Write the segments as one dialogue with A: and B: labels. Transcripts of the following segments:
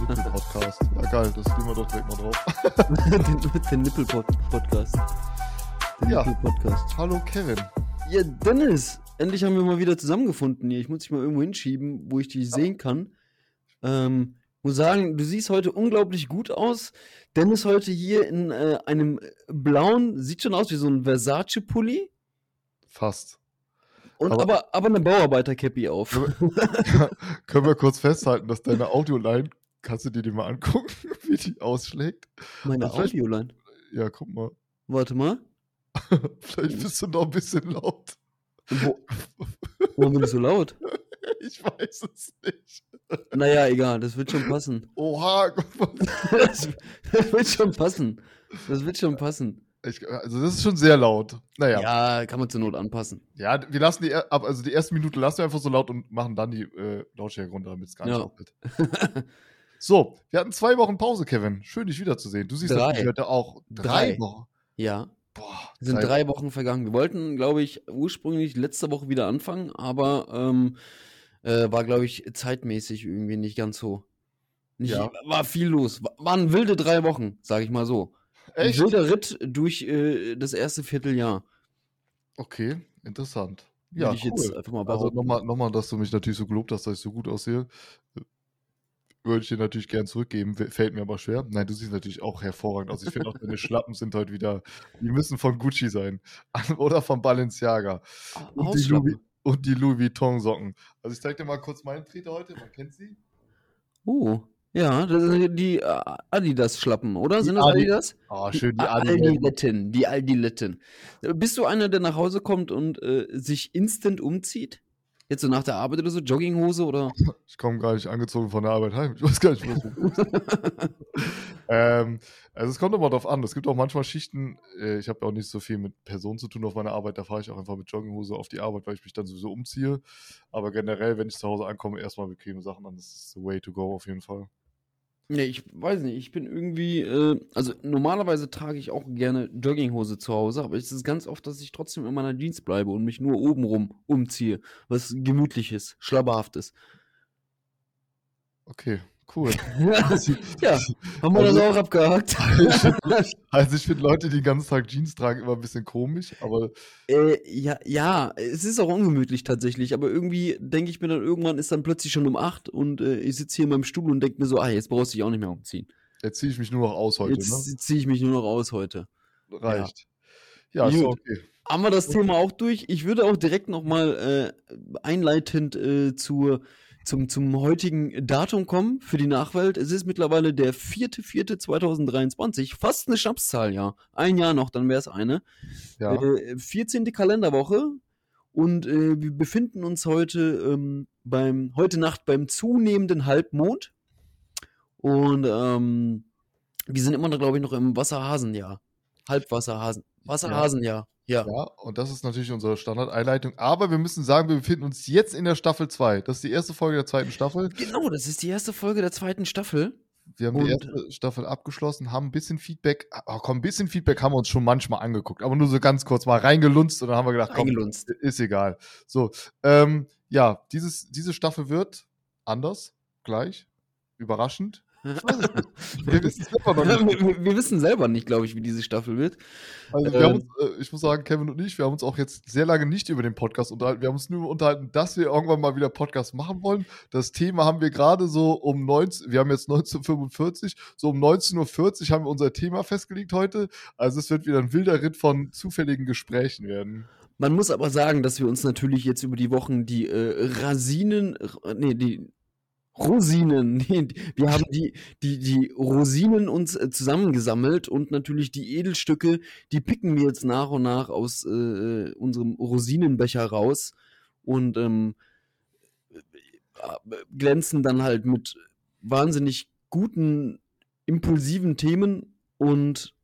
A: Nippel-Podcast. Ja, geil, das nehmen wir doch direkt mal drauf.
B: Den Nippel-Podcast.
A: Ja.
B: Nippel-Podcast.
A: Hallo Kevin.
B: Ja, Dennis, endlich haben wir mal wieder zusammengefunden hier. Ich muss dich mal irgendwo hinschieben, wo ich dich sehen kann. Muss sagen, du siehst heute unglaublich gut aus. Dennis heute hier in einem blauen, sieht schon aus wie so ein Versace-Pulli.
A: Fast.
B: Und aber eine Bauarbeiter-Cappy auf.
A: Können wir kurz festhalten, dass deine Audioline, kannst du dir die mal angucken, wie die ausschlägt?
B: Meine
A: Also vielleicht-
B: Audioline.
A: Ja, guck mal.
B: Warte mal.
A: Vielleicht bist du noch ein bisschen laut.
B: Warum bin ich so laut?
A: Ich weiß es nicht.
B: Naja, egal, das wird schon passen.
A: Oha, guck mal.
B: Das wird schon passen. Das wird schon passen.
A: Also das ist schon sehr laut. Naja.
B: Ja, kann man zur Not anpassen.
A: Ja, wir lassen die erste Minute lassen wir einfach so laut und machen dann die Lautstärke runter, damit es gar nicht
B: Ja.
A: auffällt. So, wir hatten 2 Wochen Pause, Kevin. Schön, dich wiederzusehen. Du siehst
B: 3.
A: natürlich heute auch 3
B: 3.
A: Wochen.
B: Ja,
A: Boah,
B: es sind 3 Wochen vergangen. Wir wollten, glaube ich, ursprünglich letzte Woche wieder anfangen, aber war, glaube ich, zeitmäßig irgendwie nicht ganz so.
A: Ja.
B: War viel los. Waren wilde 3 Wochen, sage ich mal so.
A: Echt?
B: Ein wilder Ritt durch das erste Vierteljahr.
A: Okay, interessant. Ja,
B: Würde ich jetzt
A: cool.
B: einfach mal
A: Also
B: behaupten.
A: nochmal, dass du mich natürlich so gelobt hast, dass ich so gut aussehe. Würde ich dir natürlich gern zurückgeben, fällt mir aber schwer. Nein, du siehst natürlich auch hervorragend aus. Ich finde auch, deine Schlappen sind heute wieder, die müssen von Gucci sein. Oder von Balenciaga.
B: Ausschlappen.
A: Und die Louis Vuitton Socken. Also ich zeig dir mal kurz meine Treter heute, man kennt sie.
B: Ja, das sind die Adidas-Schlappen, oder?
A: Die
B: Sind das
A: Adi-
B: Adidas?
A: Ah, schön, die Adi.
B: Die Aldiletten. Bist du einer, der nach Hause kommt und sich instant umzieht? Jetzt so nach der Arbeit oder so? Jogginghose oder?
A: Ich komme gar nicht angezogen von der Arbeit heim. Ich weiß gar nicht, wo es Also es kommt immer drauf an. Es gibt auch manchmal Schichten, ich habe ja auch nicht so viel mit Personen zu tun auf meiner Arbeit, da fahre ich auch einfach mit Jogginghose auf die Arbeit, weil ich mich dann sowieso umziehe. Aber generell, wenn ich zu Hause ankomme, erstmal bequeme Sachen an. Das ist the way to go auf jeden Fall.
B: Nee, ich weiß nicht. Ich bin irgendwie, also normalerweise trage ich auch gerne Jogginghose zu Hause, aber es ist ganz oft, dass ich trotzdem in meiner Jeans bleibe und mich nur obenrum umziehe. Was gemütliches, schlabberhaftes.
A: Okay, cool.
B: Ja, haben wir
A: Also-
B: das auch abgehakt?
A: Also ich finde Leute, die den ganzen Tag Jeans tragen, immer ein bisschen komisch, aber
B: Ja, es ist auch ungemütlich tatsächlich, aber irgendwie denke ich mir dann, irgendwann ist dann plötzlich schon um 8 und ich sitze hier in meinem Stuhl und denke mir so, jetzt brauchst du dich auch nicht mehr umziehen.
A: jetzt ziehe ich mich nur noch aus heute,
B: Jetzt ziehe ich mich nur noch aus heute.
A: ne? Reicht. Ja, ist
B: Gut.
A: okay.
B: Haben wir das Thema auch durch? Ich würde auch direkt nochmal einleitend zum heutigen Datum kommen für die Nachwelt. Es ist mittlerweile der 4.4.2023, fast eine Schnapszahl, ja. Ein Jahr noch, dann wäre es eine.
A: Ja.
B: 14. Kalenderwoche und wir befinden uns heute Nacht beim zunehmenden Halbmond und wir sind immer noch, glaube ich, noch im Wasserhasenjahr. Wasserhasenjahr, ja.
A: Ja, und das ist natürlich unsere Standardeinleitung. Aber wir müssen sagen, wir befinden uns jetzt in der Staffel 2. Das ist die erste Folge der 2. Staffel.
B: Genau, das ist die erste Folge der 2. Staffel.
A: Wir haben die erste Staffel abgeschlossen, haben ein bisschen Feedback. Ein bisschen Feedback haben wir uns schon manchmal angeguckt. Aber nur so ganz kurz mal reingelunzt und dann haben wir gedacht, komm,
B: Eingelunzt.
A: ist egal. So, ja, diese Staffel wird anders, gleich, überraschend. Ich weiß es nicht. Wir wissen es selber noch nicht.
B: Wir wissen selber nicht, glaube ich, wie diese Staffel wird.
A: Also wir haben uns, ich muss sagen, Kevin und ich, wir haben uns auch jetzt sehr lange nicht über den Podcast unterhalten. Wir haben uns nur unterhalten, dass wir irgendwann mal wieder Podcast machen wollen. Das Thema haben wir gerade so wir haben jetzt 19:45, so um 19:40 Uhr haben wir unser Thema festgelegt heute. Also es wird wieder ein wilder Ritt von zufälligen Gesprächen werden.
B: Man muss aber sagen, dass wir uns natürlich jetzt über die Wochen die Rosinen, wir haben die Rosinen uns zusammengesammelt und natürlich die Edelstücke, die picken wir jetzt nach und nach aus unserem Rosinenbecher raus und glänzen dann halt mit wahnsinnig guten, impulsiven Themen und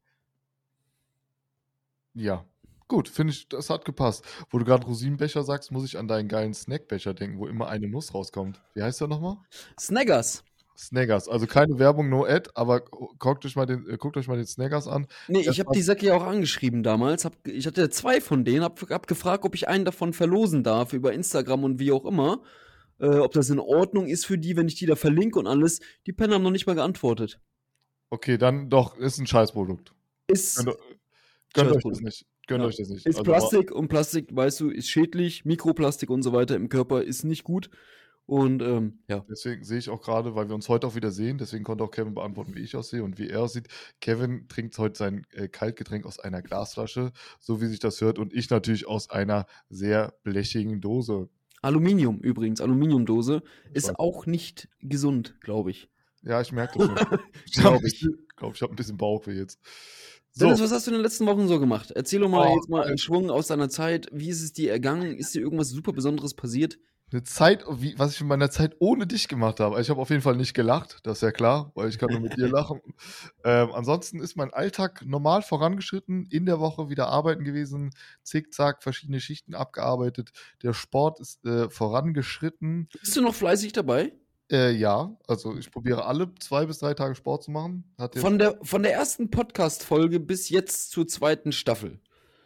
A: Ja, gut, finde ich, das hat gepasst. Wo du gerade Rosinenbecher sagst, muss ich an deinen geilen Snackbecher denken, wo immer eine Nuss rauskommt. Wie heißt der nochmal?
B: Snaggers.
A: Snaggers. Also keine Werbung, no ad, aber guckt euch mal den Snaggers an.
B: Nee, ich habe die Säcke ja auch angeschrieben damals. Ich hatte 2 von denen, hab gefragt, ob ich einen davon verlosen darf über Instagram und wie auch immer. ob das in Ordnung ist für die, wenn ich die da verlinke und alles. Die Penner haben noch nicht mal geantwortet.
A: Okay, dann doch, ist ein Scheißprodukt.
B: Ist
A: Gönnt euch
B: Scheißprodukt.
A: das nicht. Gönnt
B: Ja.
A: euch das nicht.
B: Ist
A: Also,
B: Plastik und Plastik, weißt du, ist schädlich. Mikroplastik und so weiter im Körper ist nicht gut. Und ja.
A: deswegen sehe ich auch gerade, weil wir uns heute auch wieder sehen, deswegen konnte auch Kevin beantworten, wie ich aussehe und wie er aussieht. Kevin trinkt heute sein Kaltgetränk aus einer Glasflasche, so wie sich das hört, und ich natürlich aus einer sehr blechigen Dose.
B: Aluminium übrigens, Aluminiumdose,
A: Ich
B: ist
A: weiß.
B: auch nicht gesund, glaube ich.
A: Ja, ich merke das schon.
B: Glaub ich.
A: Ich habe ein bisschen Bauchweh jetzt. So,
B: Dennis, was hast du in den letzten Wochen so gemacht? Erzähl doch mal
A: Oh,
B: jetzt mal einen Schwung aus deiner Zeit. Wie ist es dir ergangen? Ist dir irgendwas super Besonderes passiert?
A: eine Zeit, was ich in meiner Zeit ohne dich gemacht habe. Ich habe auf jeden Fall nicht gelacht, das ist ja klar, weil ich kann nur mit dir lachen. Ansonsten ist mein Alltag normal vorangeschritten, in der Woche wieder arbeiten gewesen, zickzack, verschiedene Schichten abgearbeitet. Der Sport ist vorangeschritten.
B: Bist du noch fleißig dabei?
A: Ja, also ich probiere alle 2 bis 3 Tage Sport zu machen. Hat jetzt
B: Von der ersten Podcast-Folge bis jetzt zur zweiten Staffel.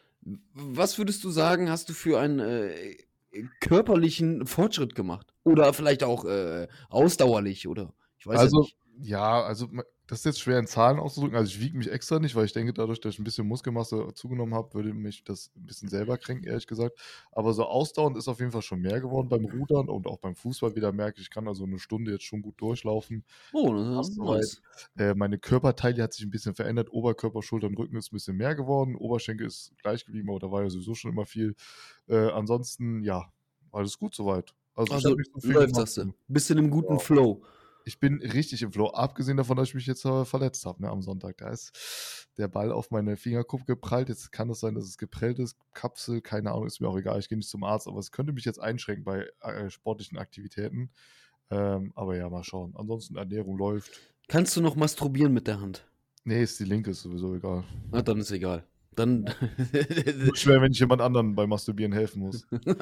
B: Was würdest du sagen, hast du für einen körperlichen Fortschritt gemacht? Oder vielleicht auch ausdauerlich, oder? Ich weiß
A: Also,
B: ja nicht.
A: ja, also das ist jetzt schwer in Zahlen auszudrücken. Also ich wiege mich extra nicht, weil ich denke, dadurch, dass ich ein bisschen Muskelmasse zugenommen habe, würde mich das ein bisschen selber kränken, ehrlich gesagt. Aber so ausdauernd ist auf jeden Fall schon mehr geworden beim Rudern und auch beim Fußball wieder merke ich, kann also eine Stunde jetzt schon gut durchlaufen.
B: Oh, das
A: Passt
B: ist
A: soweit.
B: nice.
A: Meine Körperteile hat sich ein bisschen verändert. Oberkörper, Schultern, Rücken ist ein bisschen mehr geworden. Oberschenkel ist gleich geblieben, aber da war ja sowieso schon immer viel. Ansonsten, ja, alles gut soweit. Also ich
B: Also
A: habe nicht so viel
B: läuft,
A: gemacht.
B: sagst du. Bist in einem guten
A: Ja.
B: Flow.
A: Ich bin richtig im Flow, abgesehen davon, dass ich mich jetzt verletzt habe, ne, am Sonntag. Da ist der Ball auf meine Fingerkuppe geprallt. Jetzt kann es sein, dass es geprellt ist. Kapsel, keine Ahnung, ist mir auch egal. Ich gehe nicht zum Arzt, aber es könnte mich jetzt einschränken bei sportlichen Aktivitäten. Aber ja, mal schauen. Ansonsten Ernährung läuft.
B: Kannst du noch masturbieren mit der Hand?
A: Nee, ist die linke, ist sowieso egal.
B: Na, dann ist egal. Dann.
A: Nur schwer, wenn ich jemand anderen beim Masturbieren helfen muss.
B: Dann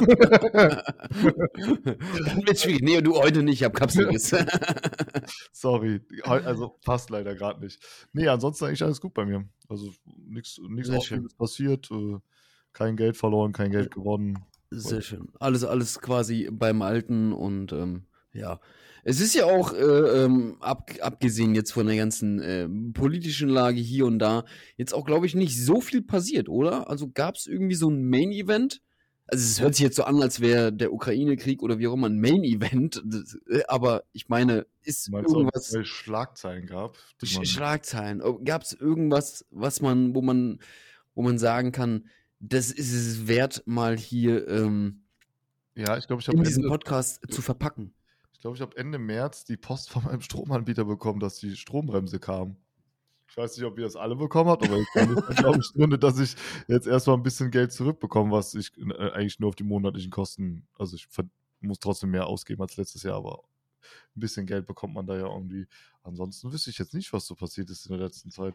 B: wird's schwierig. Nee, du heute nicht, ich hab Kapselriss.
A: Sorry, also passt leider gerade nicht. Nee, ansonsten eigentlich alles gut bei mir. Also nichts
B: Sehr schön.
A: Aufregendes passiert, kein Geld verloren, kein Geld gewonnen.
B: Sehr schön. Alles quasi beim Alten und ja. Es ist ja auch, abgesehen jetzt von der ganzen politischen Lage hier und da, jetzt auch, glaube ich, nicht so viel passiert, oder? Also gab es irgendwie so ein Main-Event? Also es hört sich jetzt so an, als wäre der Ukraine-Krieg oder wie auch immer ein Main-Event, aber ich meine, ist
A: Du meinst, ob
B: irgendwas...
A: es neue Schlagzeilen gab? Die man,
B: Schlagzeilen. Gab es irgendwas, wo man sagen kann, das ist es wert, mal hier
A: ja, ich glaube, ich
B: in
A: habe
B: diesem
A: Ende,
B: Podcast zu verpacken?
A: ich hab Ende März die Post von meinem Stromanbieter bekommen, dass die Strombremse kam. Ich weiß nicht, ob ihr das alle bekommen habt, aber ich glaube ich drin, dass ich jetzt erstmal ein bisschen Geld zurückbekomme, was ich eigentlich nur auf die monatlichen Kosten, also ich muss trotzdem mehr ausgeben als letztes Jahr, aber ein bisschen Geld bekommt man da ja irgendwie. Ansonsten wüsste ich jetzt nicht, was so passiert ist in der letzten Zeit.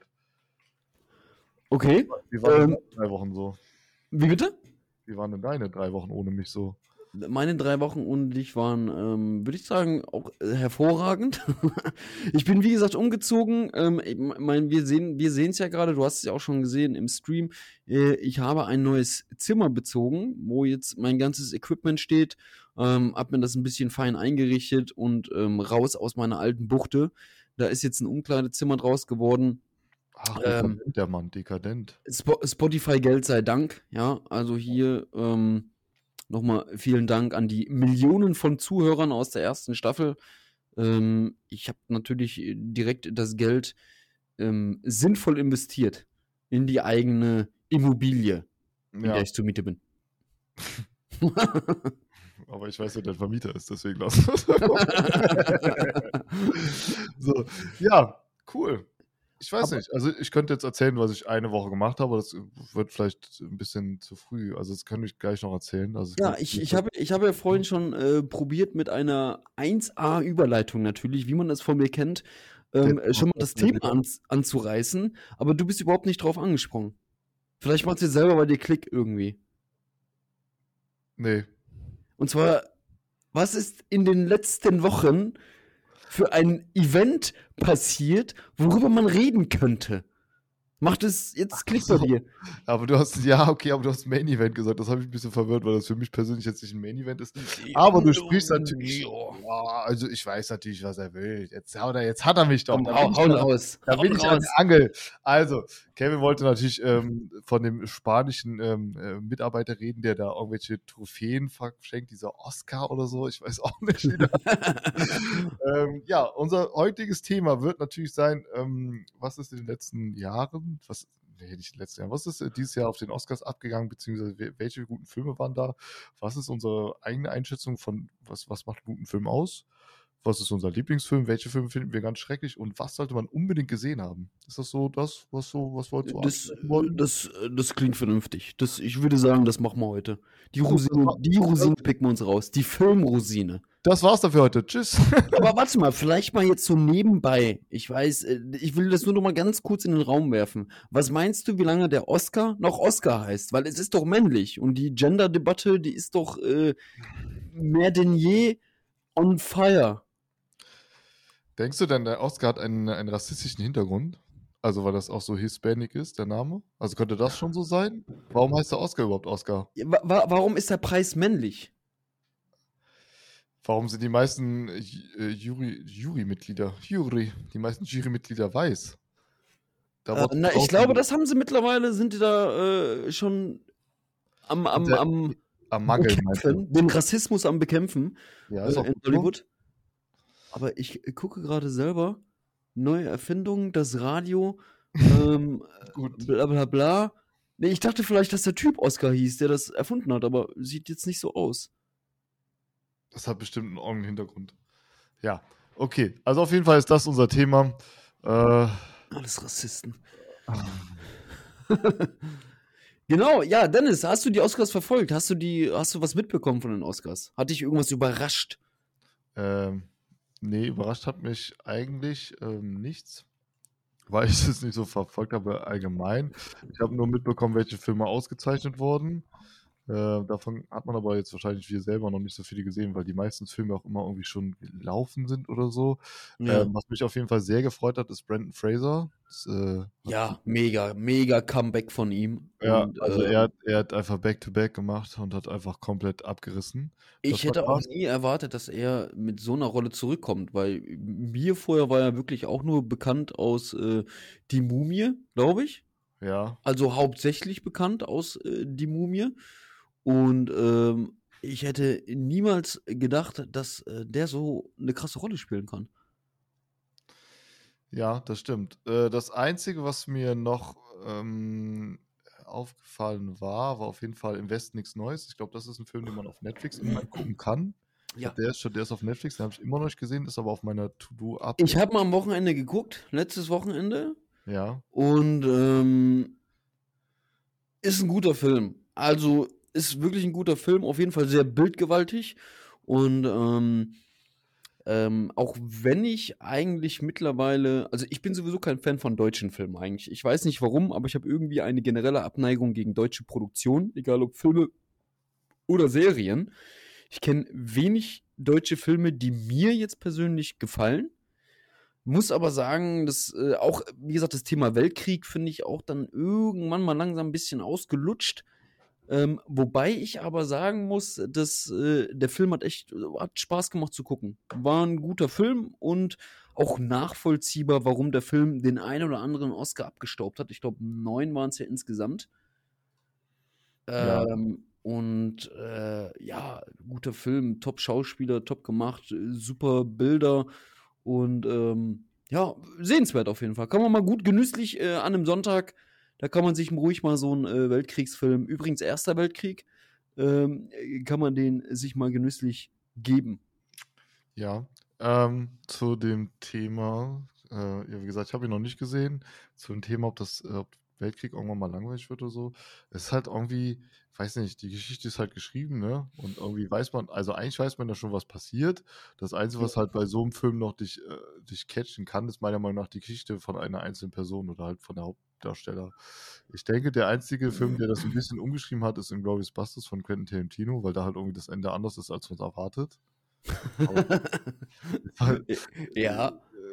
B: Okay.
A: Wie waren denn deine 3 Wochen so?
B: Wie bitte?
A: Wie waren denn deine 3 Wochen ohne mich so?
B: Meine 3 Wochen ohne dich waren, würde ich sagen, auch hervorragend. Ich bin, wie gesagt, umgezogen. Ich mein, wir sehen es ja gerade, du hast es ja auch schon gesehen im Stream. Ich habe ein neues Zimmer bezogen, wo jetzt mein ganzes Equipment steht. Hab mir das ein bisschen fein eingerichtet und raus aus meiner alten Buchte. Da ist jetzt ein Umkleidezimmer draus geworden.
A: Ach, dekadent, der Mann, dekadent.
B: Spotify Geld sei Dank, ja, also hier nochmal vielen Dank an die Millionen von Zuhörern aus der ersten Staffel. Ich habe natürlich direkt das Geld sinnvoll investiert in die eigene Immobilie, in der
A: Ja,
B: ich zur Miete bin.
A: aber ich weiß, wer dein Vermieter ist, deswegen lass uns. So, ja, cool. Ich weiß
B: Aber-
A: nicht. Also ich könnte jetzt erzählen, was ich eine Woche gemacht habe, aber das wird vielleicht ein bisschen zu früh. Also das kann ich gleich noch erzählen. Also
B: Ja, ich habe ja vorhin schon probiert mit einer 1A-Überleitung natürlich, wie man das von mir kennt, schon mal das Thema anzureißen, aber du bist überhaupt nicht drauf angesprungen. Vielleicht macht es jetzt selber bei dir Klick irgendwie.
A: Nee.
B: Und zwar, was ist in den letzten Wochen für ein Event passiert, worüber man reden könnte? Macht es jetzt Klick
A: so.
B: bei dir.
A: Aber du hast Main Event gesagt. Das habe ich ein bisschen verwirrt, weil das für mich persönlich jetzt nicht ein Main Event ist. Aber du sprichst natürlich. Ja, also ich weiß natürlich, was er will. Jetzt hat er mich doch.
B: Komm, hauen raus.
A: Da bin ich an der Angel. Also, Kevin wollte natürlich von dem spanischen Mitarbeiter reden, der da irgendwelche Trophäen verschenkt, dieser Oscar oder so. Ich weiß auch nicht. Ja, unser heutiges Thema wird natürlich sein, was ist in den letzten Jahren, nicht in den letzten Jahren, was ist dieses Jahr auf den Oscars abgegangen, beziehungsweise welche guten Filme waren da? Was ist unsere eigene Einschätzung von, was macht einen guten Film aus? Was ist unser Lieblingsfilm? Welche Filme finden wir ganz schrecklich? Und was sollte man unbedingt gesehen haben? Ist das so was wolltest du antworten?
B: Das klingt vernünftig. Ich würde sagen, das machen wir heute. Die Rosine picken wir uns raus. Die Filmrosine.
A: Das war's dafür heute. Tschüss.
B: Aber warte mal, vielleicht mal jetzt so nebenbei. Ich weiß, ich will das nur noch mal ganz kurz in den Raum werfen. Was meinst du, wie lange der Oscar noch Oscar heißt? Weil es ist doch männlich. Und die Gender-Debatte, die ist doch mehr denn je on fire.
A: Denkst du denn, der Oscar hat einen rassistischen Hintergrund? Also, weil das auch so Hispanic ist, der Name? Also, könnte das schon so sein? Warum heißt der Oscar überhaupt Oscar?
B: Ja, warum ist der Preis männlich?
A: Warum sind die meisten Jurymitglieder weiß?
B: Ich glaube, das haben sie mittlerweile, sind die da schon am
A: Mangel,
B: bekämpfen, den Rassismus am Bekämpfen
A: ja, ist auch
B: in Hollywood. Aber ich gucke gerade selber, neue Erfindungen, das Radio,
A: Gut.
B: bla bla bla. Nee, ich dachte vielleicht, dass der Typ Oscar hieß, der das erfunden hat, aber sieht jetzt nicht so aus.
A: Das hat bestimmt einen irgendeinen Hintergrund. Ja, okay. Also auf jeden Fall ist das unser Thema.
B: Alles Rassisten. Genau, ja, Dennis, hast du die Oscars verfolgt? Hast du was mitbekommen von den Oscars? Hat dich irgendwas überrascht?
A: Nee, überrascht hat mich eigentlich nichts, weil ich es nicht so verfolgt habe allgemein. Ich habe nur mitbekommen, welche Filme ausgezeichnet wurden. Davon hat man aber jetzt wahrscheinlich wir selber noch nicht so viele gesehen, weil die meisten Filme auch immer irgendwie schon gelaufen sind oder so.
B: Ja.
A: Was mich auf jeden Fall sehr gefreut hat, ist Brendan Fraser.
B: Ja, mega Comeback von ihm.
A: Ja,
B: Und,
A: also er hat einfach Back-to-Back gemacht und hat einfach komplett abgerissen.
B: Ich hätte auch nie erwartet, dass er mit so einer Rolle zurückkommt, weil mir vorher war er wirklich auch nur bekannt aus Die Mumie, glaube ich.
A: Ja.
B: Also hauptsächlich bekannt aus Die Mumie. Und ich hätte niemals gedacht, dass der so eine krasse Rolle spielen kann.
A: Ja, das stimmt. Das Einzige, was mir noch aufgefallen war auf jeden Fall Im Westen nichts Neues. Ich glaube, das ist ein Film, den man auf Netflix irgendwann gucken kann.
B: Ja.
A: Der ist auf Netflix, den habe ich immer noch nicht gesehen, ist aber auf meiner To-Do ab.
B: Ich habe mal am Wochenende geguckt, letztes Wochenende.
A: Ja.
B: Und ist ein guter Film. Also ist wirklich ein guter Film, auf jeden Fall sehr bildgewaltig. Und auch wenn ich eigentlich mittlerweile, also ich bin sowieso kein Fan von deutschen Filmen eigentlich. Ich weiß nicht warum, aber ich habe irgendwie eine generelle Abneigung gegen deutsche Produktion, egal ob Filme oder Serien. Ich kenne wenig deutsche Filme, die mir jetzt persönlich gefallen. Muss aber sagen, dass auch, wie gesagt, das Thema Weltkrieg finde ich auch dann irgendwann mal langsam ein bisschen ausgelutscht. Wobei ich aber sagen muss, dass der Film hat Spaß gemacht zu gucken. War ein guter Film und auch nachvollziehbar, warum der Film den einen oder anderen Oscar abgestaubt hat. Ich glaube, 9 waren es ja insgesamt.
A: Ja.
B: Und ja, guter Film, top Schauspieler, top gemacht, super Bilder und ja, sehenswert auf jeden Fall. Kann man mal gut genüsslich an einem Sonntag, da kann man sich ruhig mal so einen Weltkriegsfilm, übrigens Erster Weltkrieg, kann man den sich mal genüsslich geben.
A: Ja, zu dem Thema, ja, wie gesagt, ich habe ihn noch nicht gesehen, zu dem Thema, ob Weltkrieg irgendwann mal langweilig wird oder so. Es ist halt irgendwie, weiß nicht, die Geschichte ist halt geschrieben, ne? Und irgendwie eigentlich weiß man ja schon, was passiert. Das Einzige, was halt bei so einem Film noch dich catchen kann, ist meiner Meinung nach die Geschichte von einer einzelnen Person oder halt von der Hauptdarsteller. Ich denke, der einzige Film, der das ein bisschen umgeschrieben hat, ist Inglourious Basterds von Quentin Tarantino, weil da halt irgendwie das Ende anders ist, als man es erwartet.
B: Ja.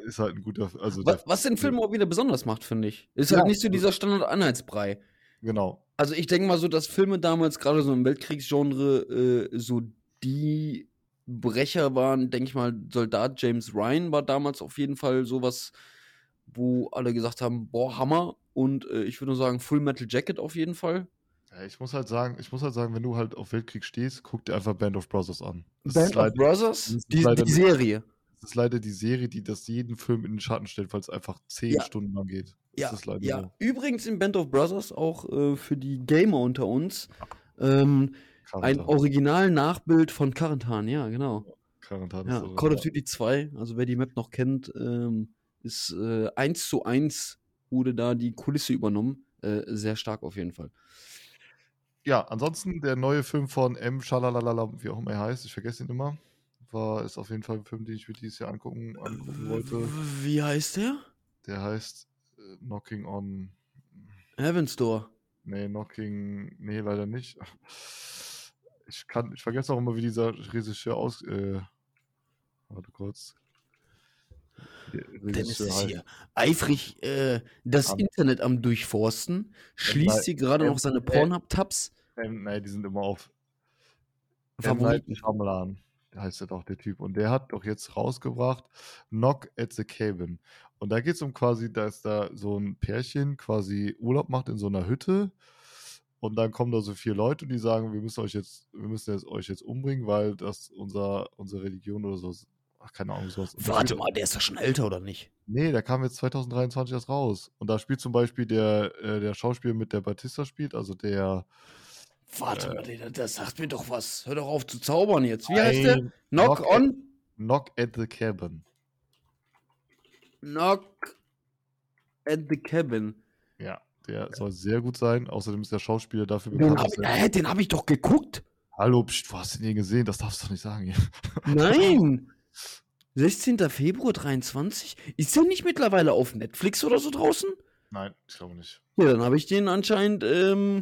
A: ist halt ein guter, also
B: Was den Film auch wieder besonders macht, finde ich. Ist
A: Ja.
B: halt nicht so dieser Standard-Einheitsbrei.
A: genau.
B: Also ich denke mal so, dass Filme damals gerade so im Weltkriegsgenre so die Brecher waren, denke ich mal, Soldat James Ryan war damals auf jeden Fall sowas, wo alle gesagt haben, boah, Hammer. Und ich würde nur sagen, Full Metal Jacket auf jeden Fall.
A: Ja, ich muss halt sagen, wenn du halt auf Weltkrieg stehst, guck dir einfach Band of Brothers an. Das
B: Band
A: ist
B: of
A: leider,
B: Brothers,
A: das ist
B: die
A: leider,
B: Serie.
A: das ist leider die Serie, die das jeden Film in den Schatten stellt, weil es einfach 10
B: Ja.
A: Stunden lang geht. Das ist leider
B: Ja.
A: so.
B: Übrigens in Band of Brothers auch für die Gamer unter uns ein
A: Karantan.
B: Original-Nachbild von Karantan, ja, genau.
A: Karantan ist
B: Ja,
A: so.
B: Call of Duty 2, also wer die Map noch kennt, ist 1:1 wurde da die Kulisse übernommen. Sehr stark auf jeden Fall.
A: Ja, ansonsten der neue Film von M. Schalalala, wie auch immer er heißt, ich vergesse ihn immer. Ist auf jeden Fall ein Film, den ich mir dieses Jahr angucken wollte.
B: Wie heißt der?
A: Der heißt Knocking on.
B: Heaven's Door.
A: Nee, leider nicht. Ich vergesse auch immer, wie dieser Regisseur warte kurz. Der
B: Dennis
A: Regisseur
B: ist
A: heißt-
B: hier eifrig das
A: An-
B: Internet am Durchforsten, schließt hier gerade noch seine Pornhub-Tabs.
A: Nein, die sind immer auf M.
B: Favoriten.
A: Night Shyamalan, heißt der doch, der Typ. Und der hat doch jetzt rausgebracht Knock at the Cabin. Und da geht es quasi, dass da so ein Pärchen quasi Urlaub macht in so einer Hütte. Und dann kommen da so 4 Leute und die sagen, wir müssen euch jetzt umbringen, weil das unsere Religion oder so ist. Ach, keine Ahnung, sowas. Und
B: Warte mal, der ist doch schon älter, oder nicht?
A: Nee, der kam jetzt 2023 erst raus. Und da spielt zum Beispiel der Schauspieler mit, der Batista spielt, also der.
B: Warte mal, das sagt mir doch was. Hör doch auf zu zaubern jetzt. Wie heißt der?
A: Nein,
B: Knock
A: at the Cabin.
B: Knock at the Cabin.
A: Ja, der soll sehr gut sein. Außerdem ist der Schauspieler dafür bekannt.
B: Den hab ich doch geguckt.
A: Hallo, pst, du hast den gesehen, das darfst du doch nicht sagen hier.
B: Nein. 16. Februar 23? Ist der nicht mittlerweile auf Netflix oder so draußen?
A: Nein, ich glaube nicht.
B: Ja, dann habe ich den anscheinend
A: Den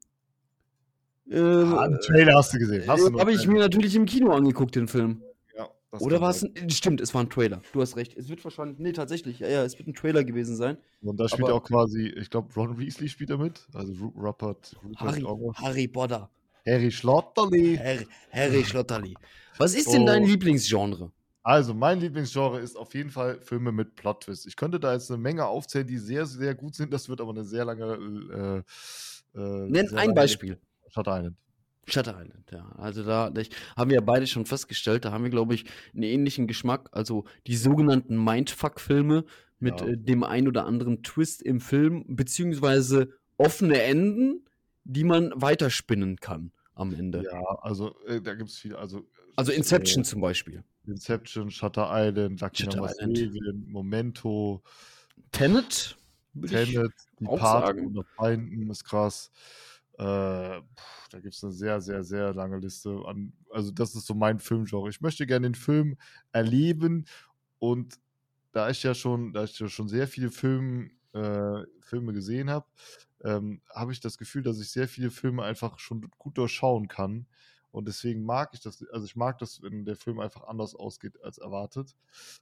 A: Trailer hast du gesehen.
B: habe ich mir natürlich im Kino angeguckt, den Film.
A: Ja, das
B: Oder
A: kann
B: war es
A: sein.
B: Stimmt, es war ein Trailer. Du hast recht. Es wird wahrscheinlich. Nee, tatsächlich. Ja, es wird ein Trailer gewesen sein.
A: Und da spielt
B: aber-
A: auch quasi, ich glaube, Ron Weasley spielt da mit. Also Rupert irgendwas.
B: Harry Potter.
A: Harry Schlotterli.
B: Harry Schlotterli. Was ist denn dein Lieblingsgenre?
A: Also, mein Lieblingsgenre ist auf jeden Fall Filme mit Plot-Twist. Ich könnte da jetzt eine Menge aufzählen, die sehr, sehr gut sind. Das wird aber eine sehr lange.
B: Nenn
A: sehr
B: ein
A: lange-
B: Beispiel.
A: Shutter Island.
B: Shutter Island, ja. Also haben wir ja beide schon festgestellt, da haben wir, glaube ich, einen ähnlichen Geschmack. Also die sogenannten Mindfuck-Filme mit
A: Ja.
B: dem ein oder anderen Twist im Film, beziehungsweise offene Enden, die man weiterspinnen kann am Ende.
A: Ja, also da gibt es viel. Also
B: Inception zum Beispiel.
A: Inception, Shutter Island, Lucky
B: Shutter
A: Number
B: Island.
A: 7, Memento,
B: Tenet? würde ich
A: Tenet, die
B: auch
A: Pate
B: sagen.
A: unter Feinden ist krass. Da gibt es eine sehr, sehr, sehr lange Liste an. Also, das ist so mein Filmgenre. Ich möchte gerne den Film erleben und da ich ja schon sehr viele Filme gesehen habe, habe ich das Gefühl, dass ich sehr viele Filme einfach schon gut durchschauen kann. Und deswegen mag ich das, also ich mag das, wenn der Film einfach anders ausgeht als erwartet.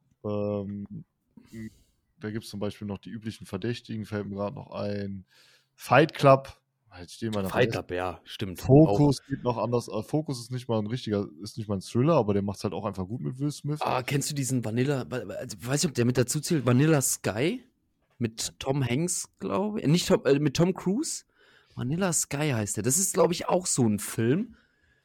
A: Da gibt es zum Beispiel noch die üblichen Verdächtigen, fällt mir gerade noch ein. Fight Club. Jetzt stehen wir nach
B: Fight Club, ja, stimmt.
A: Focus geht noch anders. Focus ist nicht mal ein Thriller, aber der macht es halt auch einfach gut mit Will Smith.
B: Kennst du diesen Vanilla, also, ich weiß nicht, ob der mit dazu zählt, Vanilla Sky? Mit Tom Hanks, glaube ich. Nicht Tom, mit Tom Cruise? Vanilla Sky heißt der. Das ist, glaube ich, auch so ein Film.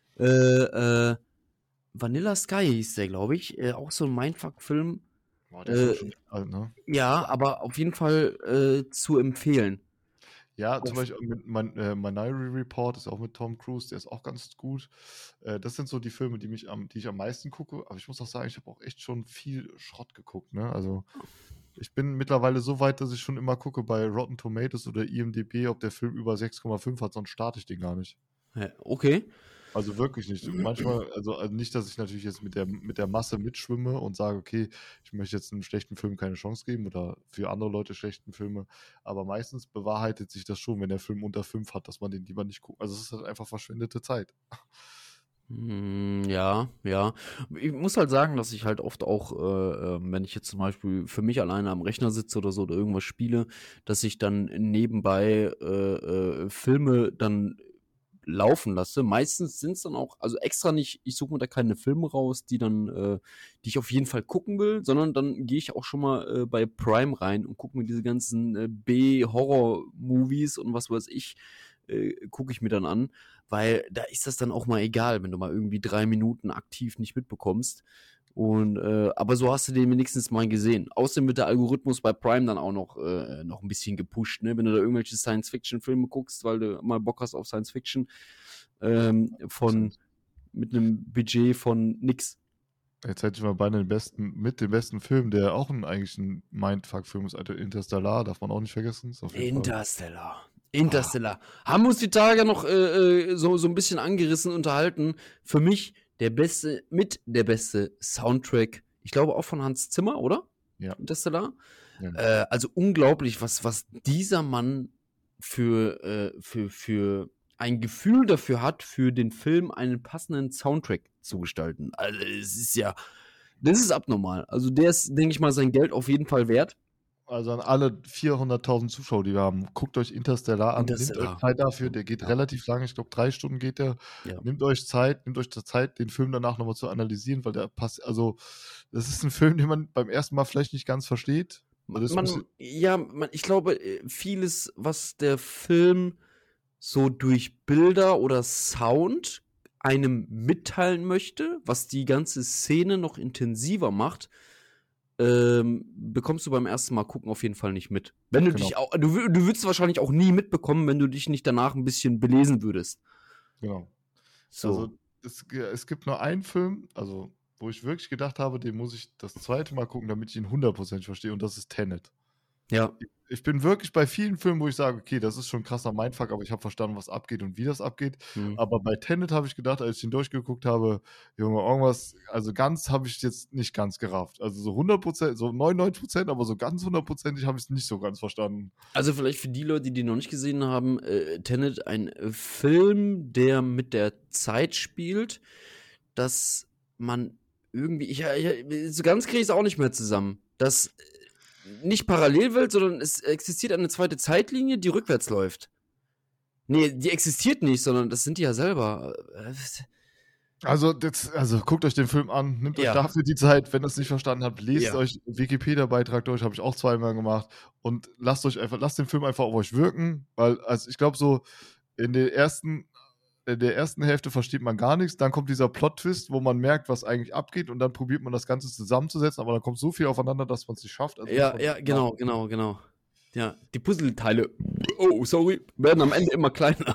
B: Vanilla Sky hieß der, glaube ich. Auch so ein Mindfuck-Film.
A: Boah, der ist auch schon alt, ne?
B: Ja, aber auf jeden Fall zu empfehlen.
A: Ja, zum Beispiel mit Minority Report ist auch mit Tom Cruise, der ist auch ganz gut. Das sind so die Filme, die ich am meisten gucke. Aber ich muss auch sagen, ich habe auch echt schon viel Schrott geguckt, ne? Also ich bin mittlerweile so weit, dass ich schon immer gucke bei Rotten Tomatoes oder IMDb, ob der Film über 6,5 hat, sonst starte ich den gar nicht.
B: Ja, okay.
A: Also wirklich nicht. Manchmal, also nicht, dass ich natürlich jetzt mit der Masse mitschwimme und sage, okay, ich möchte jetzt einem schlechten Film keine Chance geben oder für andere Leute schlechten Filme. Aber meistens bewahrheitet sich das schon, wenn der Film unter 5 hat, dass man den lieber nicht guckt. Also es ist halt einfach verschwendete Zeit.
B: Ja, ja. Ich muss halt sagen, dass ich halt oft auch, wenn ich jetzt zum Beispiel für mich alleine am Rechner sitze oder so oder irgendwas spiele, dass ich dann nebenbei Filme dann laufen lasse. Meistens sind es dann auch, also extra nicht, ich suche mir da keine Filme raus, die ich auf jeden Fall gucken will, sondern dann gehe ich auch schon mal bei Prime rein und gucke mir diese ganzen B-Horror-Movies und was weiß ich, gucke ich mir dann an, weil da ist das dann auch mal egal, wenn du mal irgendwie 3 Minuten aktiv nicht mitbekommst. Und aber so hast du den wenigstens mal gesehen. Außerdem wird der Algorithmus bei Prime dann auch noch ein bisschen gepusht, ne? Wenn du da irgendwelche Science-Fiction-Filme guckst, weil du mal Bock hast auf Science-Fiction, mit einem Budget von nix.
A: Jetzt hätte ich mal beinahe mit dem besten Film, der auch eigentlich ein Mindfuck-Film ist, Alter, Interstellar, darf man auch nicht vergessen. Ist auf jeden Fall.
B: Interstellar. Haben wir uns die Tage noch so ein bisschen angerissen, unterhalten. Für mich der beste Soundtrack, ich glaube auch von Hans Zimmer, oder?
A: Ja.
B: Interstellar.
A: Ja.
B: Also unglaublich, was dieser Mann für ein Gefühl dafür hat, für den Film einen passenden Soundtrack zu gestalten. Also das ist abnormal. Also der ist, denke ich mal, sein Geld auf jeden Fall wert.
A: Also an alle 400.000 Zuschauer, die wir haben, guckt euch Interstellar an. Nehmt
B: Interstellar.
A: euch Zeit dafür, der geht
B: Ja.
A: relativ lang, ich glaube 3 Stunden geht der.
B: Ja.
A: Nehmt euch Zeit, den Film danach nochmal zu analysieren, weil der passt, also das ist ein Film, den man beim ersten Mal vielleicht nicht ganz versteht.
B: Ich glaube, vieles, was der Film so durch Bilder oder Sound einem mitteilen möchte, was die ganze Szene noch intensiver macht, bekommst du beim ersten Mal gucken auf jeden Fall nicht mit. Wenn du dich auch, du würdest wahrscheinlich auch nie mitbekommen, wenn du dich nicht danach ein bisschen belesen würdest.
A: Genau.
B: So.
A: Also es gibt nur einen Film, also wo ich wirklich gedacht habe, den muss ich das zweite Mal gucken, damit ich ihn 100% verstehe, und das ist Tenet.
B: Ja.
A: Ich bin wirklich bei vielen Filmen, wo ich sage, okay, das ist schon ein krasser Mindfuck, aber ich habe verstanden, was abgeht und wie das abgeht. Aber bei Tenet habe ich gedacht, als ich ihn durchgeguckt habe, Junge, irgendwas, also ganz habe ich jetzt nicht ganz gerafft. Also so 100%, so 99%, aber so ganz 100%ig habe ich es nicht so ganz verstanden.
B: Also vielleicht für die Leute, die noch nicht gesehen haben, Tenet, ein Film, der mit der Zeit spielt, dass man irgendwie, so ganz kriege ich es auch nicht mehr zusammen, dass nicht Parallelwelt, sondern es existiert eine zweite Zeitlinie, die rückwärts läuft. Nee, die existiert nicht, sondern das sind die ja selber.
A: Also guckt euch den Film an, nehmt euch dafür die Zeit, wenn ihr es nicht verstanden habt, lest euch Wikipedia-Beitrag durch, habe ich auch zweimal gemacht, und lasst den Film einfach auf euch wirken, weil, also ich glaube so, in der ersten Hälfte versteht man gar nichts, dann kommt dieser Plot-Twist, wo man merkt, was eigentlich abgeht, und dann probiert man das Ganze zusammenzusetzen, aber dann kommt so viel aufeinander, dass man es nicht schafft. Also
B: Genau. Ja, die Puzzleteile, werden am Ende immer kleiner.